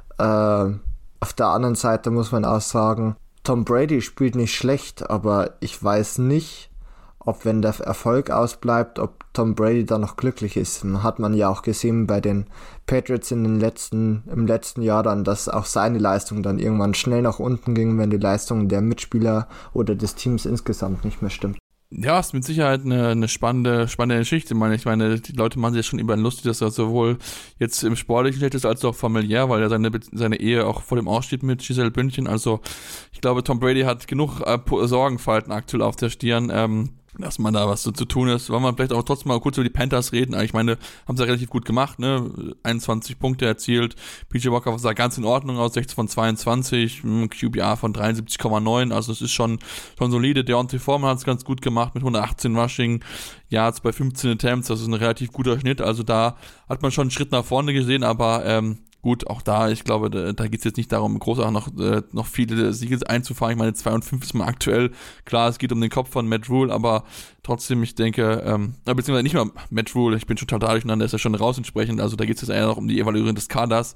auf der anderen Seite muss man auch sagen, Tom Brady spielt nicht schlecht, aber ich weiß nicht, ob wenn der Erfolg ausbleibt, ob Tom Brady da noch glücklich ist. Hat man ja auch gesehen bei den Patriots im letzten Jahr dann, dass auch seine Leistung dann irgendwann schnell nach unten ging, wenn die Leistung der Mitspieler oder des Teams insgesamt nicht mehr stimmt. Ja, ist mit Sicherheit eine spannende Geschichte. Ich meine, die Leute machen sich ja schon über ihn lustig, dass er sowohl jetzt im Sportlichen schlecht ist, als auch familiär, weil er seine Ehe auch vor dem Aussteht mit Gisele Bündchen. Also ich glaube, Tom Brady hat genug Sorgenfalten aktuell auf der Stirn. dass man da was so zu tun ist. Wollen wir vielleicht auch trotzdem mal kurz über die Panthers reden. Ich meine, haben sie ja relativ gut gemacht, ne? 21 Punkte erzielt. PJ Walker sah ganz in Ordnung aus, 16 von 22, QBR von 73,9, also es ist schon solide. Deontay Foreman hat es ganz gut gemacht mit 118 Rushing Yards bei 15 Attempts, das ist ein relativ guter Schnitt, also da hat man schon einen Schritt nach vorne gesehen, aber gut, auch da, ich glaube, da geht es jetzt nicht darum, großartig noch viele Siege einzufahren. Ich meine, 2-5 ist mal aktuell. Klar, es geht um den Kopf von Matt Rule, aber trotzdem, ich denke, beziehungsweise nicht mal Matt Rule, ich bin schon total durcheinander, ist ja schon raus entsprechend. Also da geht es jetzt eher noch um die Evaluierung des Kaders.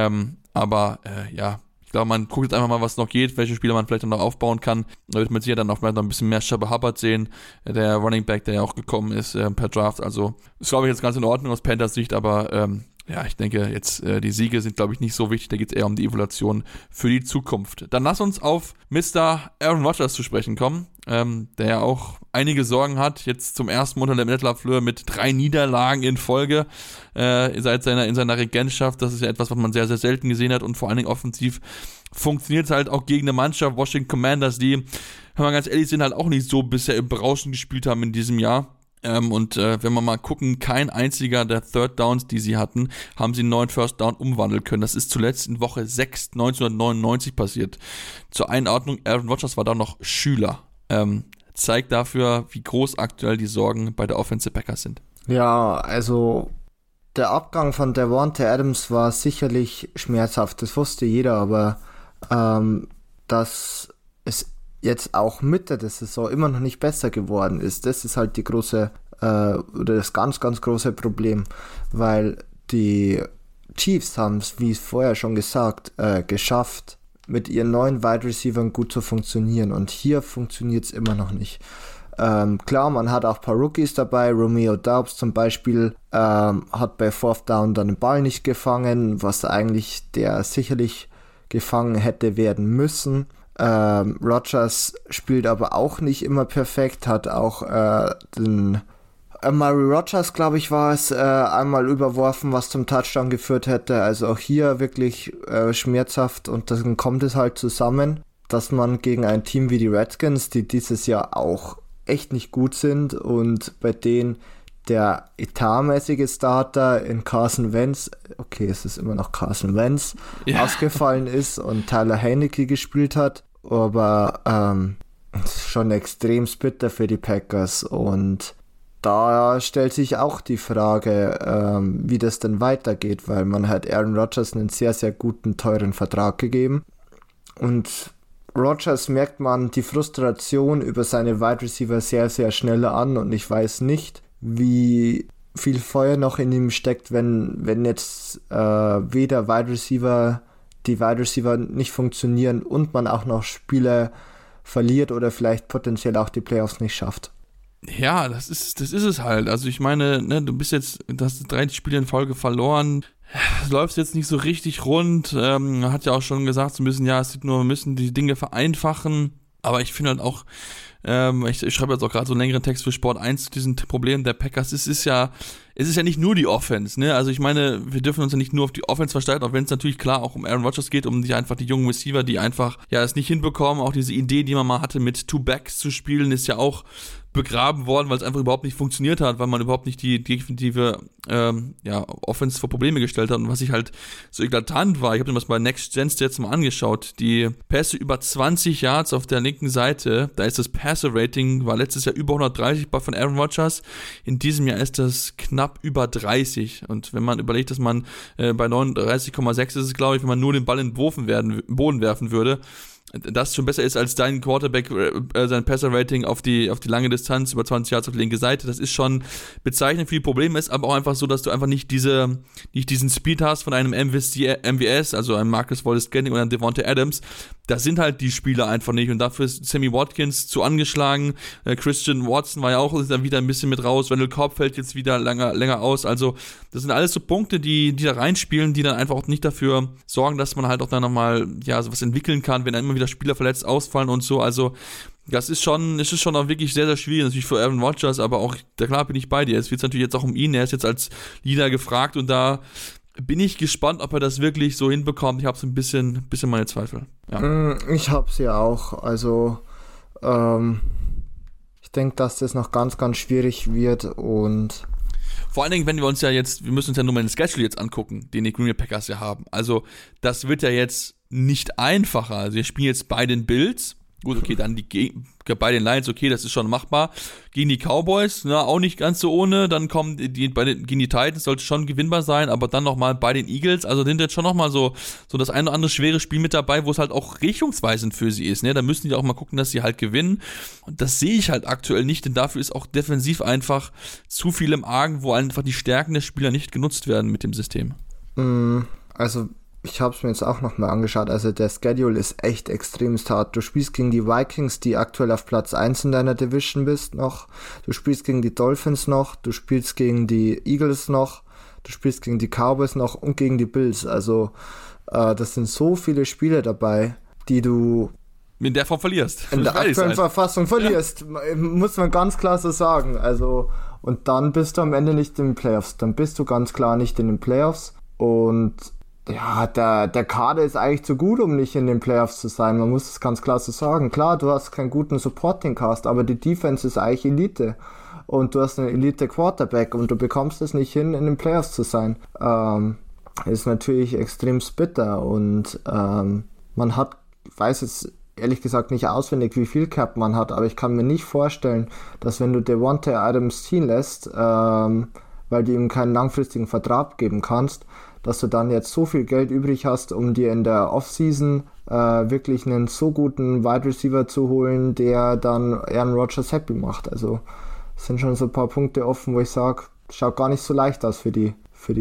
Ich glaube, man guckt jetzt einfach mal, was noch geht, welche Spieler man vielleicht noch aufbauen kann. Da wird man sicher dann auch vielleicht noch ein bisschen mehr Shabba Hubbard sehen, der Running Back, der ja auch gekommen ist per Draft. Also, ist, glaube ich, jetzt ganz in Ordnung aus Panthers Sicht, aber ich denke, jetzt die Siege sind, glaube ich, nicht so wichtig. Da geht es eher um die Evaluation für die Zukunft. Dann lass uns auf Mr. Aaron Rodgers zu sprechen kommen, der ja auch einige Sorgen hat. Jetzt zum ersten Mal unter der Matt LaFleur mit 3 Niederlagen in Folge in seiner Regentschaft. Das ist ja etwas, was man sehr, sehr selten gesehen hat und vor allen Dingen offensiv funktioniert es halt auch gegen eine Mannschaft, Washington Commanders, die, wenn wir ganz ehrlich sind, halt auch nicht so bisher berauschend gespielt haben in diesem Jahr. Wenn wir mal gucken, kein einziger der Third Downs, die sie hatten, haben sie einen neuen First Down umwandeln können. Das ist zuletzt in Woche 6 1999 passiert. Zur Einordnung, Aaron Rodgers war da noch Schüler. Zeigt dafür, wie groß aktuell die Sorgen bei der Offensive Packers sind. Ja, also der Abgang von Davante Adams war sicherlich schmerzhaft, das wusste jeder, aber dass es jetzt auch Mitte der Saison immer noch nicht besser geworden ist, das ist halt die große oder das ganz, ganz große Problem, weil die Chiefs haben es, wie vorher schon gesagt, geschafft, mit ihren neuen Wide Receivern gut zu funktionieren und hier funktioniert es immer noch nicht. Klar, man hat auch ein paar Rookies dabei, Romeo Doubs zum Beispiel hat bei Fourth Down dann den Ball nicht gefangen, was eigentlich der sicherlich gefangen hätte werden müssen. Rodgers spielt aber auch nicht immer perfekt, hat auch den Amari Rodgers, glaube ich, war es, einmal überworfen, was zum Touchdown geführt hätte. Also auch hier wirklich schmerzhaft und dann kommt es halt zusammen, dass man gegen ein Team wie die Redskins, die dieses Jahr auch echt nicht gut sind und bei denen der etatmäßige Starter in Carson Wentz, okay, es ist immer noch Carson Wentz, ausgefallen ist und Tyler Heineke gespielt hat. Aber schon extrem bitter für die Packers und da stellt sich auch die Frage, wie das denn weitergeht, weil man hat Aaron Rodgers einen sehr, sehr guten, teuren Vertrag gegeben und Rodgers merkt man die Frustration über seine Wide Receiver sehr, sehr schnell an und ich weiß nicht, wie viel Feuer noch in ihm steckt, wenn jetzt weder die Wide Receiver nicht funktionieren und man auch noch Spiele verliert oder vielleicht potenziell auch die Playoffs nicht schafft. Ja, das ist es halt. Also ich meine, ne, du hast 30 Spiele in Folge verloren, läufst jetzt nicht so richtig rund, hat ja auch schon gesagt, so ein bisschen, ja, wir müssen die Dinge vereinfachen, aber ich finde halt auch, ich schreibe jetzt auch gerade so einen längeren Text für Sport 1 zu diesen Problemen der Packers. Es ist ja nicht nur die Offense, ne? Also ich meine, wir dürfen uns ja nicht nur auf die Offense versteifen, auch wenn es natürlich klar auch um Aaron Rodgers geht, um die jungen Receiver, die einfach es nicht hinbekommen. Auch diese Idee, die man mal hatte, mit Two Backs zu spielen, ist ja auch begraben worden, weil es einfach überhaupt nicht funktioniert hat, weil man überhaupt nicht die definitive Offense vor Probleme gestellt hat. Und was ich halt so eklatant war, ich habe mir das bei Next Gen jetzt mal angeschaut, die Pässe über 20 Yards auf der linken Seite, da ist das Passer-Rating, war letztes Jahr über 130 von Aaron Rodgers, in diesem Jahr ist das knapp über 30. Und wenn man überlegt, dass man bei 39,6 ist es, glaube ich, wenn man nur den Ball in den Boden werfen würde, das schon besser ist als dein Quarterback, sein Passer-Rating auf die lange Distanz über 20 Yards auf die linke Seite. Das ist schon bezeichnend für die Probleme, ist aber auch einfach so, dass du einfach nicht diesen Speed hast von einem MVS, also einem Marcus Valdes-Scantling oder einem Davante Adams. Das sind halt die Spieler einfach nicht und dafür ist Sammy Watkins zu angeschlagen. Christian Watson war ja auch dann wieder ein bisschen mit raus. Randall Cobb fällt jetzt wieder länger aus. Also das sind alles so Punkte, die da reinspielen, die dann einfach auch nicht dafür sorgen, dass man halt auch dann nochmal sowas entwickeln kann, wenn dann immer wieder Spieler verletzt ausfallen und so. Also das ist schon auch wirklich sehr, sehr schwierig, natürlich für Aaron Rodgers, aber auch, klar bin ich bei dir. Es wird natürlich jetzt auch um ihn, er ist jetzt als Leader gefragt und da bin ich gespannt, ob er das wirklich so hinbekommt. Ich habe so ein bisschen meine Zweifel. Ja. Ich habe es ja auch. Also ich denke, dass das noch ganz, ganz schwierig wird und vor allen Dingen, wenn wir müssen uns ja nur mal den Schedule jetzt angucken, den die Green Bay Packers ja haben. Also, das wird ja jetzt nicht einfacher. Also, wir spielen jetzt bei den Bills. Gut, okay, dann bei den Lions, okay, das ist schon machbar. Gegen die Cowboys, auch nicht ganz so ohne. Dann kommen gegen die Titans, sollte schon gewinnbar sein, aber dann nochmal bei den Eagles. Also sind jetzt schon nochmal so das ein oder andere schwere Spiel mit dabei, wo es halt auch richtungsweisend für sie ist. Ne? Da müssen die auch mal gucken, dass sie halt gewinnen. Und das sehe ich halt aktuell nicht, denn dafür ist auch defensiv einfach zu viel im Argen, wo einfach die Stärken der Spieler nicht genutzt werden mit dem System. Also ich habe es mir jetzt auch nochmal angeschaut, also der Schedule ist echt extrem hart. Du spielst gegen die Vikings, die aktuell auf Platz 1 in deiner Division bist noch. Du spielst gegen die Dolphins noch, du spielst gegen die Eagles noch, du spielst gegen die Cowboys noch und gegen die Bills. Also das sind so viele Spiele dabei, die du in der Form verlierst. In der aktuellen Verfassung verlierst, muss man ganz klar so sagen. Also und dann bist du am Ende nicht in den Playoffs. Dann bist du ganz klar nicht in den Playoffs und ja, der Kader ist eigentlich zu gut, um nicht in den Playoffs zu sein. Man muss es ganz klar so sagen. Klar, du hast keinen guten Supporting-Cast, aber die Defense ist eigentlich Elite. Und du hast einen Elite-Quarterback und du bekommst es nicht hin, in den Playoffs zu sein. Ist natürlich extrem bitter und man hat, ich weiß jetzt ehrlich gesagt nicht auswendig, wie viel Cap man hat, aber ich kann mir nicht vorstellen, dass wenn du Devontae Adams ziehen lässt, weil du ihm keinen langfristigen Vertrag geben kannst, dass du dann jetzt so viel Geld übrig hast, um dir in der Offseason wirklich einen so guten Wide Receiver zu holen, der dann Aaron Rodgers happy macht. Also es sind schon so ein paar Punkte offen, wo ich sage, schaut gar nicht so leicht aus für die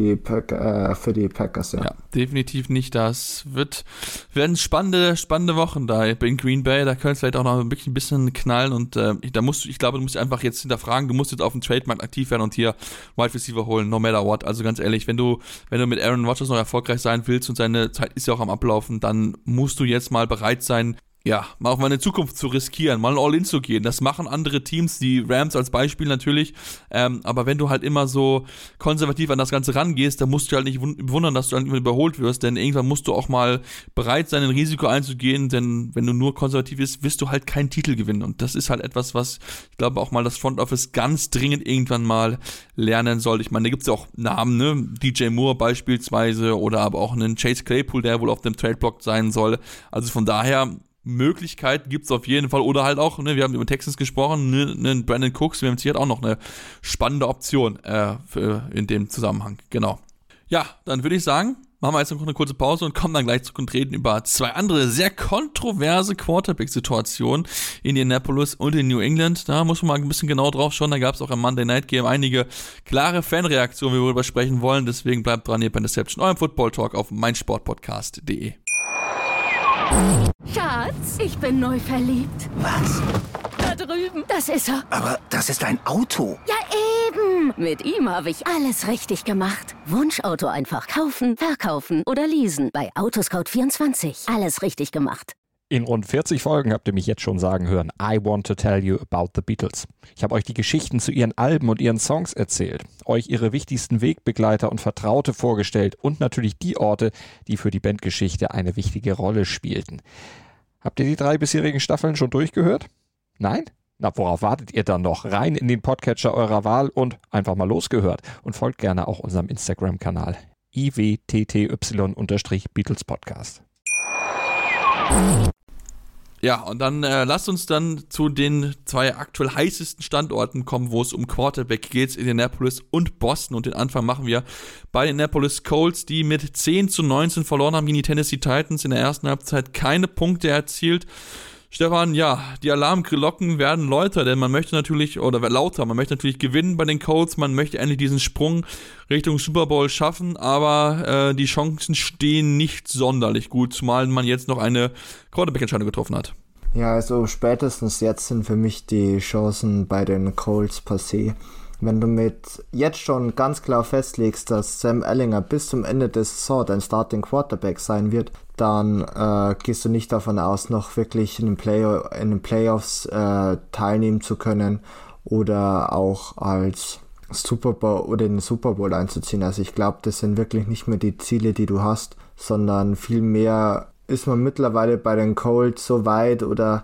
Packers, ja. Ja, definitiv nicht. Das werden spannende Wochen da in Green Bay. Da könnte es vielleicht auch noch ein bisschen knallen und ich glaube, du musst einfach jetzt hinterfragen, du musst jetzt auf dem Trademarkt aktiv werden und hier Wide Receiver holen, no matter what. Also ganz ehrlich, wenn du mit Aaron Rodgers noch erfolgreich sein willst und seine Zeit ist ja auch am Ablaufen, dann musst du jetzt mal bereit sein, ja, mal auch mal eine Zukunft zu riskieren, mal All-In zu gehen. Das machen andere Teams, die Rams als Beispiel natürlich, aber wenn du halt immer so konservativ an das Ganze rangehst, dann musst du halt nicht wundern, dass du halt immer überholt wirst, denn irgendwann musst du auch mal bereit sein, ein Risiko einzugehen, denn wenn du nur konservativ bist, wirst du halt keinen Titel gewinnen und das ist halt etwas, was ich glaube auch mal das Front Office ganz dringend irgendwann mal lernen soll. Ich meine, da gibt's ja auch Namen, ne, DJ Moore beispielsweise oder aber auch einen Chase Claypool, der wohl auf dem Trade-Block sein soll. Also von daher Möglichkeit gibt's auf jeden Fall oder halt auch, ne, wir haben über Texans gesprochen, ne, Brandon Cooks, wir haben hier halt auch noch eine spannende Option in dem Zusammenhang, genau. Ja, dann würde ich sagen, machen wir jetzt noch eine kurze Pause und kommen dann gleich zurück und reden über zwei andere sehr kontroverse Quarterback-Situationen in Indianapolis und in New England. Da muss man mal ein bisschen genau drauf schauen, da gab es auch im Monday Night Game einige klare Fanreaktionen, wie wir darüber sprechen wollen, deswegen bleibt dran hier bei Interception, eurem Football Talk auf meinsportpodcast.de. Schatz, ich bin neu verliebt. Was? Da drüben. Das ist er. Aber das ist ein Auto. Ja, eben. Mit ihm habe ich alles richtig gemacht. Wunschauto einfach kaufen, verkaufen oder leasen. Bei Autoscout24. Alles richtig gemacht. In rund 40 Folgen habt ihr mich jetzt schon sagen hören, I want to tell you about the Beatles. Ich habe euch die Geschichten zu ihren Alben und ihren Songs erzählt, euch ihre wichtigsten Wegbegleiter und Vertraute vorgestellt und natürlich die Orte, die für die Bandgeschichte eine wichtige Rolle spielten. Habt ihr die 3 bisherigen Staffeln schon durchgehört? Nein? Na, worauf wartet ihr dann noch? Rein in den Podcatcher eurer Wahl und einfach mal losgehört. Und folgt gerne auch unserem Instagram-Kanal iwtty_Beatles Podcast. Ja, und dann lasst uns dann zu den 2 aktuell heißesten Standorten kommen, wo es um Quarterback geht, Indianapolis und Boston. Und den Anfang machen wir bei den Indianapolis Colts, die mit 10-19 verloren haben gegen die Tennessee Titans, in der ersten Halbzeit keine Punkte erzielt. Stefan, ja, die Alarmglocken werden lauter, denn man möchte natürlich gewinnen bei den Colts, man möchte endlich diesen Sprung Richtung Super Bowl schaffen, aber die Chancen stehen nicht sonderlich gut, zumal man jetzt noch eine Quarterback-Entscheidung getroffen hat. Ja, also spätestens jetzt sind für mich die Chancen bei den Colts passé. Wenn du jetzt schon ganz klar festlegst, dass Sam Ehlinger bis zum Ende der Saison dein Starting Quarterback sein wird, dann gehst du nicht davon aus, noch wirklich in den Playoffs teilnehmen zu können oder auch als Super Bowl oder in den Super Bowl einzuziehen. Also ich glaube, das sind wirklich nicht mehr die Ziele, die du hast, sondern vielmehr ist man mittlerweile bei den Colts so weit oder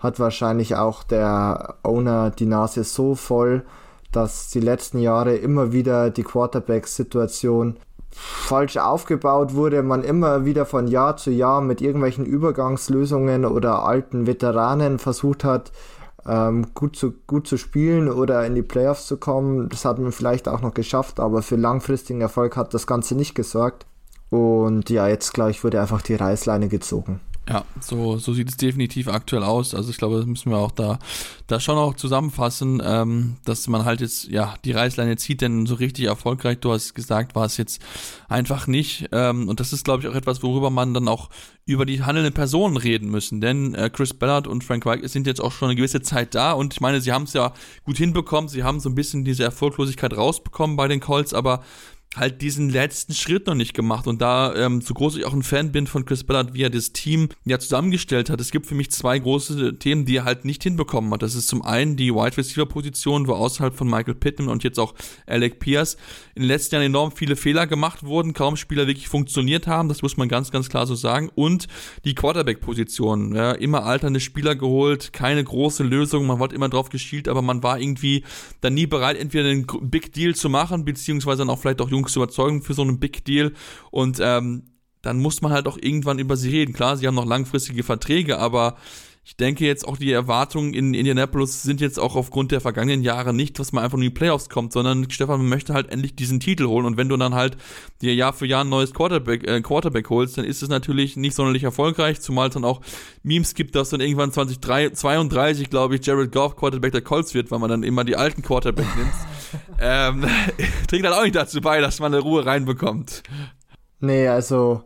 hat wahrscheinlich auch der Owner die Nase so voll, dass die letzten Jahre immer wieder die Quarterback-Situation falsch aufgebaut wurde, man immer wieder von Jahr zu Jahr mit irgendwelchen Übergangslösungen oder alten Veteranen versucht hat, gut zu spielen oder in die Playoffs zu kommen. Das hat man vielleicht auch noch geschafft, aber für langfristigen Erfolg hat das Ganze nicht gesorgt. Und ja, jetzt glaube ich, wurde einfach die Reißleine gezogen. Ja, so sieht es definitiv aktuell aus. Also ich glaube, das müssen wir auch da schon auch zusammenfassen, dass man halt jetzt die Reißleine zieht, denn so richtig erfolgreich, du hast gesagt, war es jetzt einfach nicht. Und das ist, glaube ich, auch etwas, worüber man dann auch über die handelnden Personen reden müssen. Denn Chris Ballard und Frank Reich sind jetzt auch schon eine gewisse Zeit da und ich meine, sie haben es ja gut hinbekommen, sie haben so ein bisschen diese Erfolglosigkeit rausbekommen bei den Colts, aber halt diesen letzten Schritt noch nicht gemacht und da, so groß ich auch ein Fan bin von Chris Ballard, wie er das Team ja zusammengestellt hat, es gibt für mich 2 große Themen, die er halt nicht hinbekommen hat. Das ist zum einen die Wide Receiver Position, wo außerhalb von Michael Pittman und jetzt auch Alec Pierce in den letzten Jahren enorm viele Fehler gemacht wurden, kaum Spieler wirklich funktioniert haben, das muss man ganz, ganz klar so sagen, und die Quarterback Position, ja, immer alternde Spieler geholt, keine große Lösung, man wurde immer drauf geschielt, aber man war irgendwie dann nie bereit, entweder einen Big Deal zu machen, beziehungsweise dann auch vielleicht auch Jungs zu überzeugen für so einen Big Deal und dann muss man halt auch irgendwann über sie reden. Klar, sie haben noch langfristige Verträge, aber ich denke jetzt auch die Erwartungen in Indianapolis sind jetzt auch aufgrund der vergangenen Jahre nicht, dass man einfach nur in die Playoffs kommt, sondern Stefan, man möchte halt endlich diesen Titel holen und wenn du dann halt dir Jahr für Jahr ein neues Quarterback holst, dann ist es natürlich nicht sonderlich erfolgreich, zumal es dann auch Memes gibt, dass dann irgendwann 2032, glaube ich, Jared Goff Quarterback der Colts wird, weil man dann immer die alten Quarterback nimmt. Trägt halt auch nicht dazu bei, dass man eine Ruhe reinbekommt. Nee, also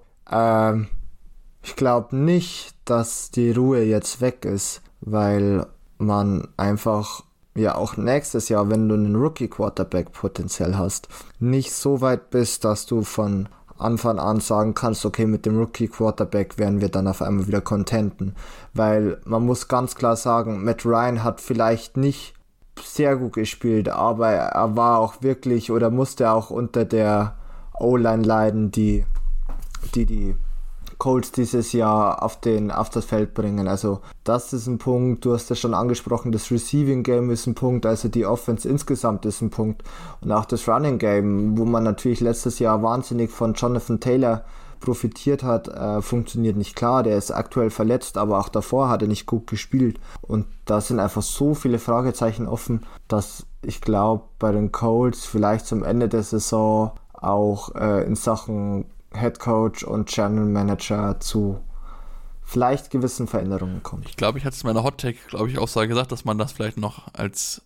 ich glaube nicht, dass die Ruhe jetzt weg ist, weil man einfach ja auch nächstes Jahr, wenn du einen Rookie-Quarterback potenziell hast, nicht so weit bist, dass du von Anfang an sagen kannst, okay, mit dem Rookie-Quarterback werden wir dann auf einmal wieder contenten, weil man muss ganz klar sagen, Matt Ryan hat vielleicht nicht sehr gut gespielt, aber er war auch wirklich oder musste auch unter der O-Line leiden, die Colts dieses Jahr auf das Feld bringen. Also das ist ein Punkt, du hast ja schon angesprochen, das Receiving Game ist ein Punkt, also die Offense insgesamt ist ein Punkt und auch das Running Game, wo man natürlich letztes Jahr wahnsinnig von Jonathan Taylor profitiert hat, funktioniert nicht. Klar, der ist aktuell verletzt, aber auch davor hat er nicht gut gespielt und da sind einfach so viele Fragezeichen offen, dass ich glaube, bei den Colts vielleicht zum Ende der Saison auch in Sachen Head Coach und General Manager zu vielleicht gewissen Veränderungen kommt. Ich glaube, ich hatte es in meiner Hot-Take-Aussage gesagt, dass man das vielleicht noch als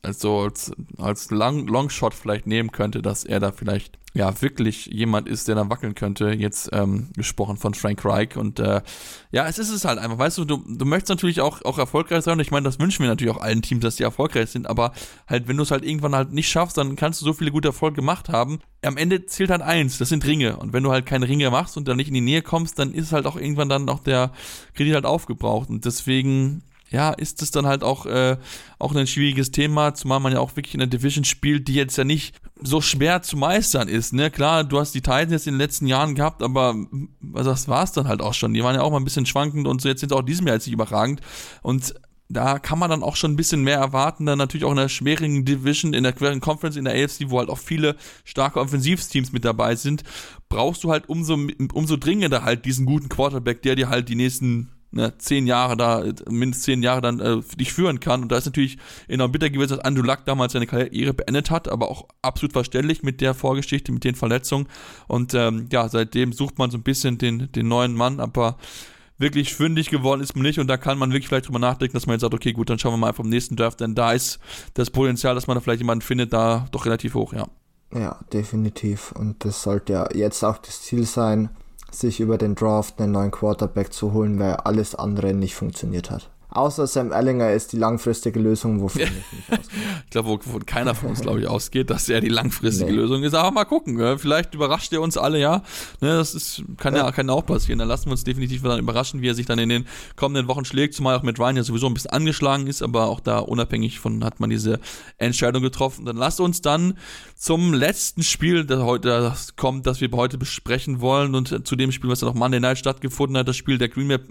Longshot vielleicht nehmen könnte, dass er da vielleicht wirklich jemand ist, der da wackeln könnte, jetzt gesprochen von Frank Reich und es ist es halt einfach, weißt du, du möchtest natürlich auch erfolgreich sein und ich meine, das wünschen wir natürlich auch allen Teams, dass die erfolgreich sind, aber halt, wenn du es halt irgendwann halt nicht schaffst, dann kannst du so viele gute Erfolge gemacht haben, am Ende zählt halt eins, das sind Ringe und wenn du halt keine Ringe machst und dann nicht in die Nähe kommst, dann ist halt auch irgendwann dann auch der Kredit halt aufgebraucht und deswegen ist es dann halt auch ein schwieriges Thema, zumal man ja auch wirklich in der Division spielt, die jetzt ja nicht so schwer zu meistern ist, ne? Klar, du hast die Titans jetzt in den letzten Jahren gehabt, aber das war es dann halt auch schon. Die waren ja auch mal ein bisschen schwankend und so, jetzt sind sie auch diesem Jahr jetzt nicht überragend und da kann man dann auch schon ein bisschen mehr erwarten, dann natürlich auch in der schwierigen Division, in der queren Conference, in der AFC, wo halt auch viele starke Offensivteams mit dabei sind, brauchst du halt umso dringender halt diesen guten Quarterback, der dir halt die nächsten 10 Jahre da, mindestens 10 Jahre dann für dich führen kann. Und da ist natürlich enorm bitter gewesen, dass Andrew Luck damals seine Karriere beendet hat, aber auch absolut verständlich mit der Vorgeschichte, mit den Verletzungen. Und seitdem sucht man so ein bisschen den neuen Mann, aber wirklich fündig geworden ist man nicht und da kann man wirklich vielleicht drüber nachdenken, dass man jetzt sagt, okay, gut, dann schauen wir mal einfach im nächsten Draft, denn da ist das Potenzial, dass man da vielleicht jemanden findet, da doch relativ hoch, ja. Ja, definitiv. Und das sollte ja jetzt auch das Ziel sein, sich über den Draft einen neuen Quarterback zu holen, weil alles andere nicht funktioniert hat. Außer Sam Ehlinger ist die langfristige Lösung, wovon ich nicht ausgehe. Ich glaube, wovon keiner von uns, glaube ich, ausgeht, dass er die langfristige Lösung ist. Aber mal gucken, vielleicht überrascht er uns alle, ja. Das kann auch passieren. Dann lassen wir uns definitiv dann überraschen, wie er sich dann in den kommenden Wochen schlägt, zumal auch mit Ryan ja sowieso ein bisschen angeschlagen ist, aber auch da unabhängig von hat man diese Entscheidung getroffen. Dann lasst uns dann zum letzten Spiel, das heute kommt, das wir heute besprechen wollen und zu dem Spiel, was dann auch Monday Night stattgefunden hat, das Spiel der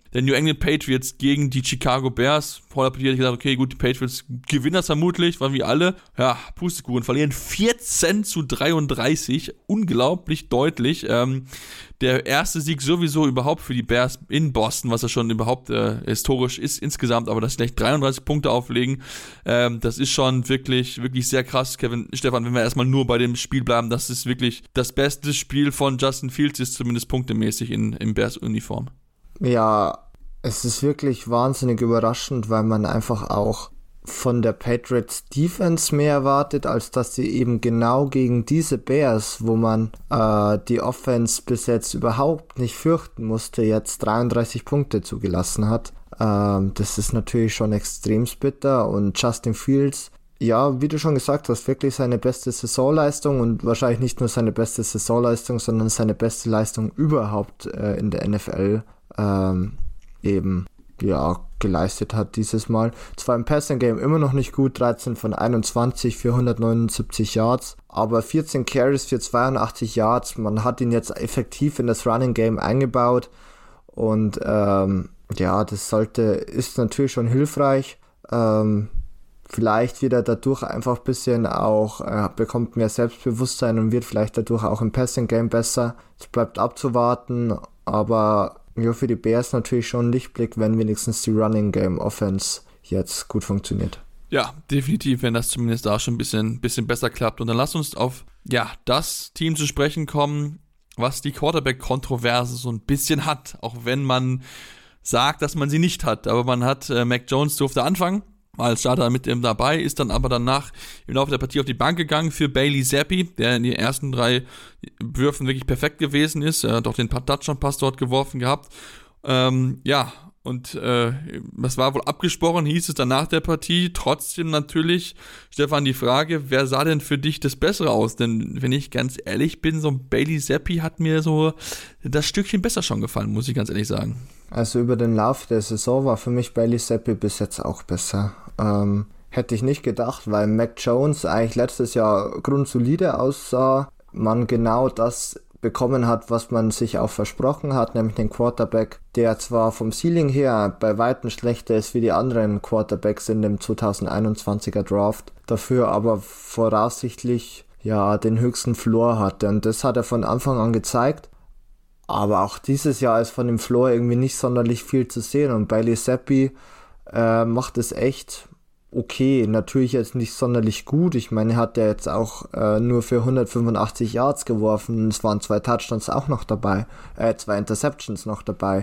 der New England Patriots gegen die Chicago Bears. Vor der Partie hätte ich gesagt, okay, gut, die Patriots gewinnen das vermutlich, waren wie alle. Ja, Pustekuchen, verlieren 14-33, unglaublich deutlich. Der erste Sieg sowieso überhaupt für die Bears in Boston, was ja schon überhaupt historisch ist insgesamt, aber dass sie gleich 33 Punkte auflegen, das ist schon wirklich, wirklich sehr krass. Stefan, wenn wir erstmal nur bei dem Spiel bleiben, das ist wirklich das beste Spiel von Justin Fields, ist zumindest punktemäßig in Bears-Uniform. Ja, es ist wirklich wahnsinnig überraschend, weil man einfach auch von der Patriots Defense mehr erwartet, als dass sie eben genau gegen diese Bears, wo man die Offense bis jetzt überhaupt nicht fürchten musste, jetzt 33 Punkte zugelassen hat. Das ist natürlich schon extrem bitter und Justin Fields, ja, wie du schon gesagt hast, wirklich seine beste Saisonleistung und wahrscheinlich nicht nur seine beste Saisonleistung, sondern seine beste Leistung überhaupt in der NFL eben geleistet hat dieses Mal. Zwar im Passing Game immer noch nicht gut, 13 von 21 für 179 Yards, aber 14 Carries für 82 Yards. Man hat ihn jetzt effektiv in das Running Game eingebaut und das ist natürlich schon hilfreich. Vielleicht wird er dadurch einfach ein bisschen auch, bekommt mehr Selbstbewusstsein und wird vielleicht dadurch auch im Passing Game besser. Es bleibt abzuwarten, aber ja, für die Bears natürlich schon ein Lichtblick, wenn wenigstens die Running Game Offense jetzt gut funktioniert. Ja, definitiv, wenn das zumindest da schon ein bisschen besser klappt. Und dann lass uns auf das Team zu sprechen kommen, was die Quarterback-Kontroverse so ein bisschen hat, auch wenn man sagt, dass man sie nicht hat. Aber man hat, Mac Jones durfte anfangen, war als Starter mit ihm dabei, ist dann aber danach im Laufe der Partie auf die Bank gegangen für Bailey Zappi, der in den ersten 3 Würfen wirklich perfekt gewesen ist. Er hat auch den Touchdown-Pass dort geworfen gehabt. Und das war wohl abgesprochen, hieß es dann nach der Partie. Trotzdem natürlich, Stefan, die Frage, wer sah denn für dich das Bessere aus? Denn wenn ich ganz ehrlich bin, so ein Bailey Zappi hat mir so das Stückchen besser schon gefallen, muss ich ganz ehrlich sagen. Also über den Lauf der Saison war für mich Bailey Zappi bis jetzt auch besser. Hätte ich nicht gedacht, weil Mac Jones eigentlich letztes Jahr grundsolide aussah, man genau das bekommen hat, was man sich auch versprochen hat, nämlich den Quarterback, der zwar vom Ceiling her bei weitem schlechter ist wie die anderen Quarterbacks in dem 2021er Draft, dafür aber voraussichtlich den höchsten Floor hatte, und das hat er von Anfang an gezeigt. Aber auch dieses Jahr ist von dem Floor irgendwie nicht sonderlich viel zu sehen, und Bailey Zappi macht es echt okay, natürlich jetzt nicht sonderlich gut. Ich meine, er hat ja jetzt auch nur für 185 Yards geworfen. Es waren 2 Touchdowns auch noch dabei, 2 Interceptions noch dabei.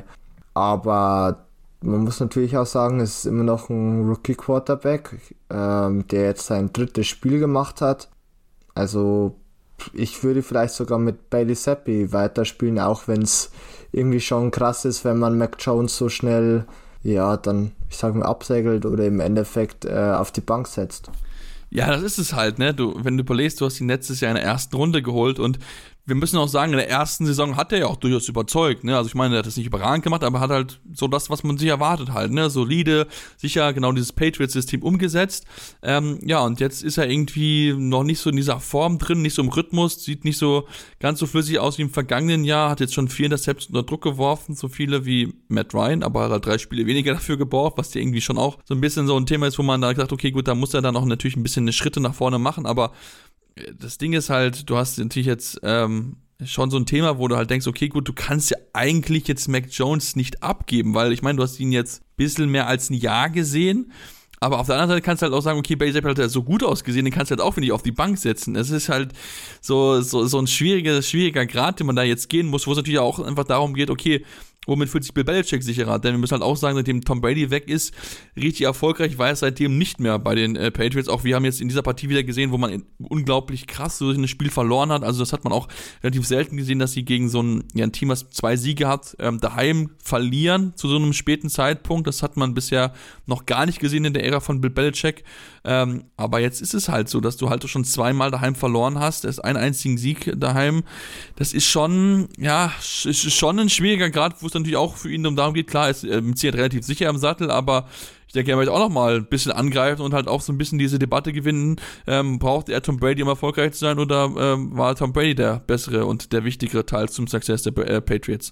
Aber man muss natürlich auch sagen, es ist immer noch ein Rookie-Quarterback, der jetzt sein 3. Spiel gemacht hat. Also ich würde vielleicht sogar mit Bailey Zappi weiterspielen, auch wenn es irgendwie schon krass ist, wenn man Mac Jones so schnell dann, ich sag mal, absegelt oder im Endeffekt auf die Bank setzt. Ja, das ist es halt, ne? Wenn du überlegst, du hast ihn letztes Jahr in der ersten Runde geholt, und wir müssen auch sagen, in der ersten Saison hat er ja auch durchaus überzeugt, ne? Also ich meine, er hat das nicht überragend gemacht, aber hat halt so das, was man sich erwartet halt, ne? Solide, sicher genau dieses Patriots-System umgesetzt. Und jetzt ist er irgendwie noch nicht so in dieser Form drin, nicht so im Rhythmus, sieht nicht so ganz so flüssig aus wie im vergangenen Jahr, hat jetzt schon 4 Interceptions unter Druck geworfen, so viele wie Matt Ryan, aber hat halt 3 Spiele weniger dafür gebraucht, was ja irgendwie schon auch so ein bisschen so ein Thema ist, wo man da gesagt, okay, gut, da muss er dann auch natürlich ein bisschen Schritte nach vorne machen, aber das Ding ist halt, du hast natürlich jetzt schon so ein Thema, wo du halt denkst, okay, gut, du kannst ja eigentlich jetzt Mac Jones nicht abgeben, weil ich meine, du hast ihn jetzt ein bisschen mehr als ein Jahr gesehen, aber auf der anderen Seite kannst du halt auch sagen, okay, Bailey Zappi hat ja so gut ausgesehen, den kannst du halt auch, finde ich, auf die Bank setzen. Es ist halt so ein schwieriger Grad, den man da jetzt gehen muss, wo es natürlich auch einfach darum geht, okay, womit fühlt sich Bill Belichick sicherer? Denn wir müssen halt auch sagen, seitdem Tom Brady weg ist, richtig erfolgreich war es seitdem nicht mehr bei den Patriots. Auch wir haben jetzt in dieser Partie wieder gesehen, wo man unglaublich krass so ein Spiel verloren hat. Also das hat man auch relativ selten gesehen, dass sie gegen so ein Team, was 2 Siege hat, daheim verlieren zu so einem späten Zeitpunkt. Das hat man bisher noch gar nicht gesehen in der Ära von Bill Belichick. Aber jetzt ist es halt so, dass du halt schon 2-mal daheim verloren hast. Erst einen einzigen Sieg daheim. Das ist schon, ist schon ein schwieriger Grad, wo es natürlich auch für ihn darum geht. Klar, ist mit Sicherheit relativ sicher im Sattel, aber ich denke, er möchte auch noch mal ein bisschen angreifen und halt auch so ein bisschen diese Debatte gewinnen. Braucht er Tom Brady, um erfolgreich zu sein, oder war Tom Brady der bessere und der wichtigere Teil zum Success der Patriots?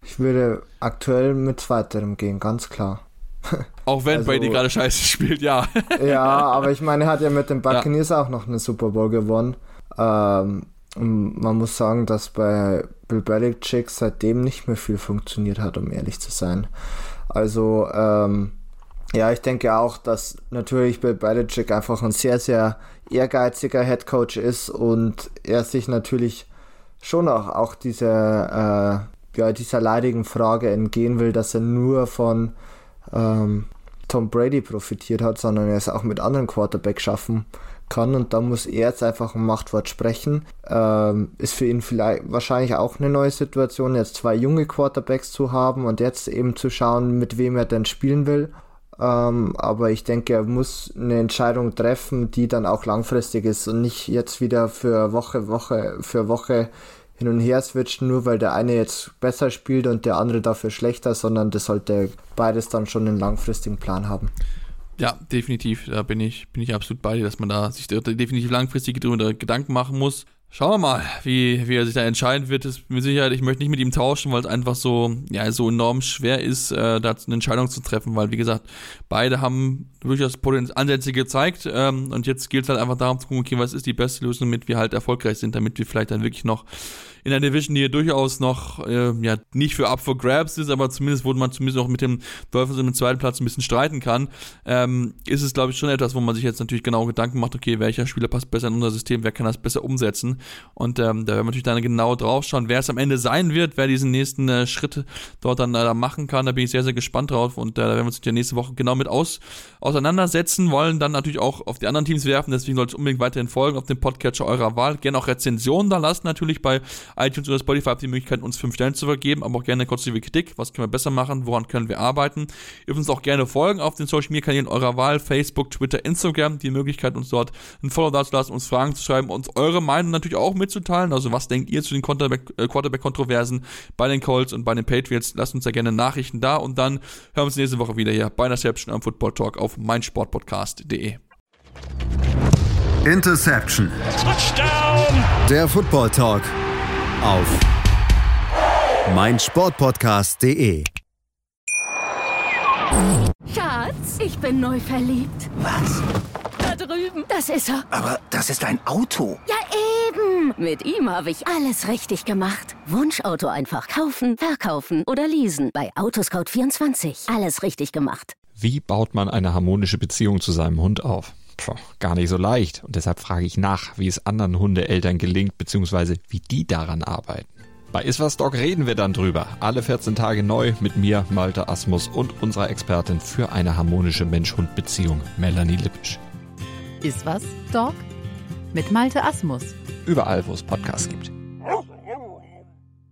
Ich würde aktuell mit zweiterem gehen, ganz klar. Auch wenn Brady gerade scheiße spielt, ja. Ja, aber ich meine, er hat ja mit den Buccaneers auch noch eine Super Bowl gewonnen. Und man muss sagen, dass bei Bill Belichick seitdem nicht mehr viel funktioniert hat, um ehrlich zu sein. Also, ich denke auch, dass natürlich Bill Belichick einfach ein sehr, sehr ehrgeiziger Headcoach ist und er sich natürlich schon auch dieser leidigen Frage entgehen will, dass er nur von Tom Brady profitiert hat, sondern er es auch mit anderen Quarterbacks schaffen kann, und da muss er jetzt einfach ein Machtwort sprechen. Ist für ihn vielleicht wahrscheinlich auch eine neue Situation, jetzt 2 junge Quarterbacks zu haben und jetzt eben zu schauen, mit wem er denn spielen will. Aber ich denke, er muss eine Entscheidung treffen, die dann auch langfristig ist und nicht jetzt wieder für Woche hin und her switchen, nur weil der eine jetzt besser spielt und der andere dafür schlechter, sondern das sollte beides dann schon einen langfristigen Plan haben. Ja, definitiv, da bin ich absolut bei dir, dass man da sich definitiv langfristig darüber Gedanken machen muss. Schauen wir mal, wie er sich da entscheiden wird. Das mit Sicherheit, ich möchte nicht mit ihm tauschen, weil es einfach so enorm schwer ist, da eine Entscheidung zu treffen, weil, wie gesagt, beide haben durchaus Ansätze gezeigt, und jetzt gilt es halt einfach darum zu gucken, okay, was ist die beste Lösung, damit wir halt erfolgreich sind, damit wir vielleicht dann wirklich noch in einer Division, die durchaus noch nicht für up for grabs ist, aber zumindest, wo man zumindest auch mit dem Dolphins im zweiten Platz ein bisschen streiten kann, ist es, glaube ich, schon etwas, wo man sich jetzt natürlich genau Gedanken macht, okay, welcher Spieler passt besser in unser System, wer kann das besser umsetzen, und da werden wir natürlich dann genau drauf schauen, wer es am Ende sein wird, wer diesen nächsten Schritt dort dann machen kann. Da bin ich sehr, sehr gespannt drauf, und da werden wir uns ja nächste Woche genau mit auseinandersetzen, wollen dann natürlich auch auf die anderen Teams werfen, deswegen sollt ihr unbedingt weiterhin folgen auf dem Podcatcher eurer Wahl, gerne auch Rezensionen da lassen, natürlich bei iTunes oder Spotify habt ihr die Möglichkeit, uns 5 Sterne zu vergeben, aber auch gerne konstruktive Kritik, was können wir besser machen, woran können wir arbeiten. Ihr dürft uns auch gerne folgen auf den Social Media Kanälen eurer Wahl, Facebook, Twitter, Instagram, die Möglichkeit, uns dort ein Follow dazulassen, uns Fragen zu schreiben, uns eure Meinung natürlich auch mitzuteilen, also was denkt ihr zu den Quarterback-Kontroversen bei den Colts und bei den Patriots, lasst uns da gerne Nachrichten da, und dann hören wir uns nächste Woche wieder hier bei Interception am Football Talk auf meinsportpodcast.de. Interception. Touchdown! Der Football Talk auf meinsportpodcast.de. Schatz, ich bin neu verliebt. Was? Da drüben. Das ist er. Aber das ist ein Auto. Ja, eben. Mit ihm habe ich alles richtig gemacht. Wunschauto einfach kaufen, verkaufen oder leasen. Bei Autoscout24. Alles richtig gemacht. Wie baut man eine harmonische Beziehung zu seinem Hund auf? Gar nicht so leicht. Und deshalb frage ich nach, wie es anderen Hundeeltern gelingt, beziehungsweise wie die daran arbeiten. Bei Iswas Dog reden wir dann drüber. Alle 14 Tage neu mit mir, Malte Asmus, und unserer Expertin für eine harmonische Mensch-Hund-Beziehung, Melanie Lippisch. Iswas Dog mit Malte Asmus. Überall, wo es Podcasts gibt.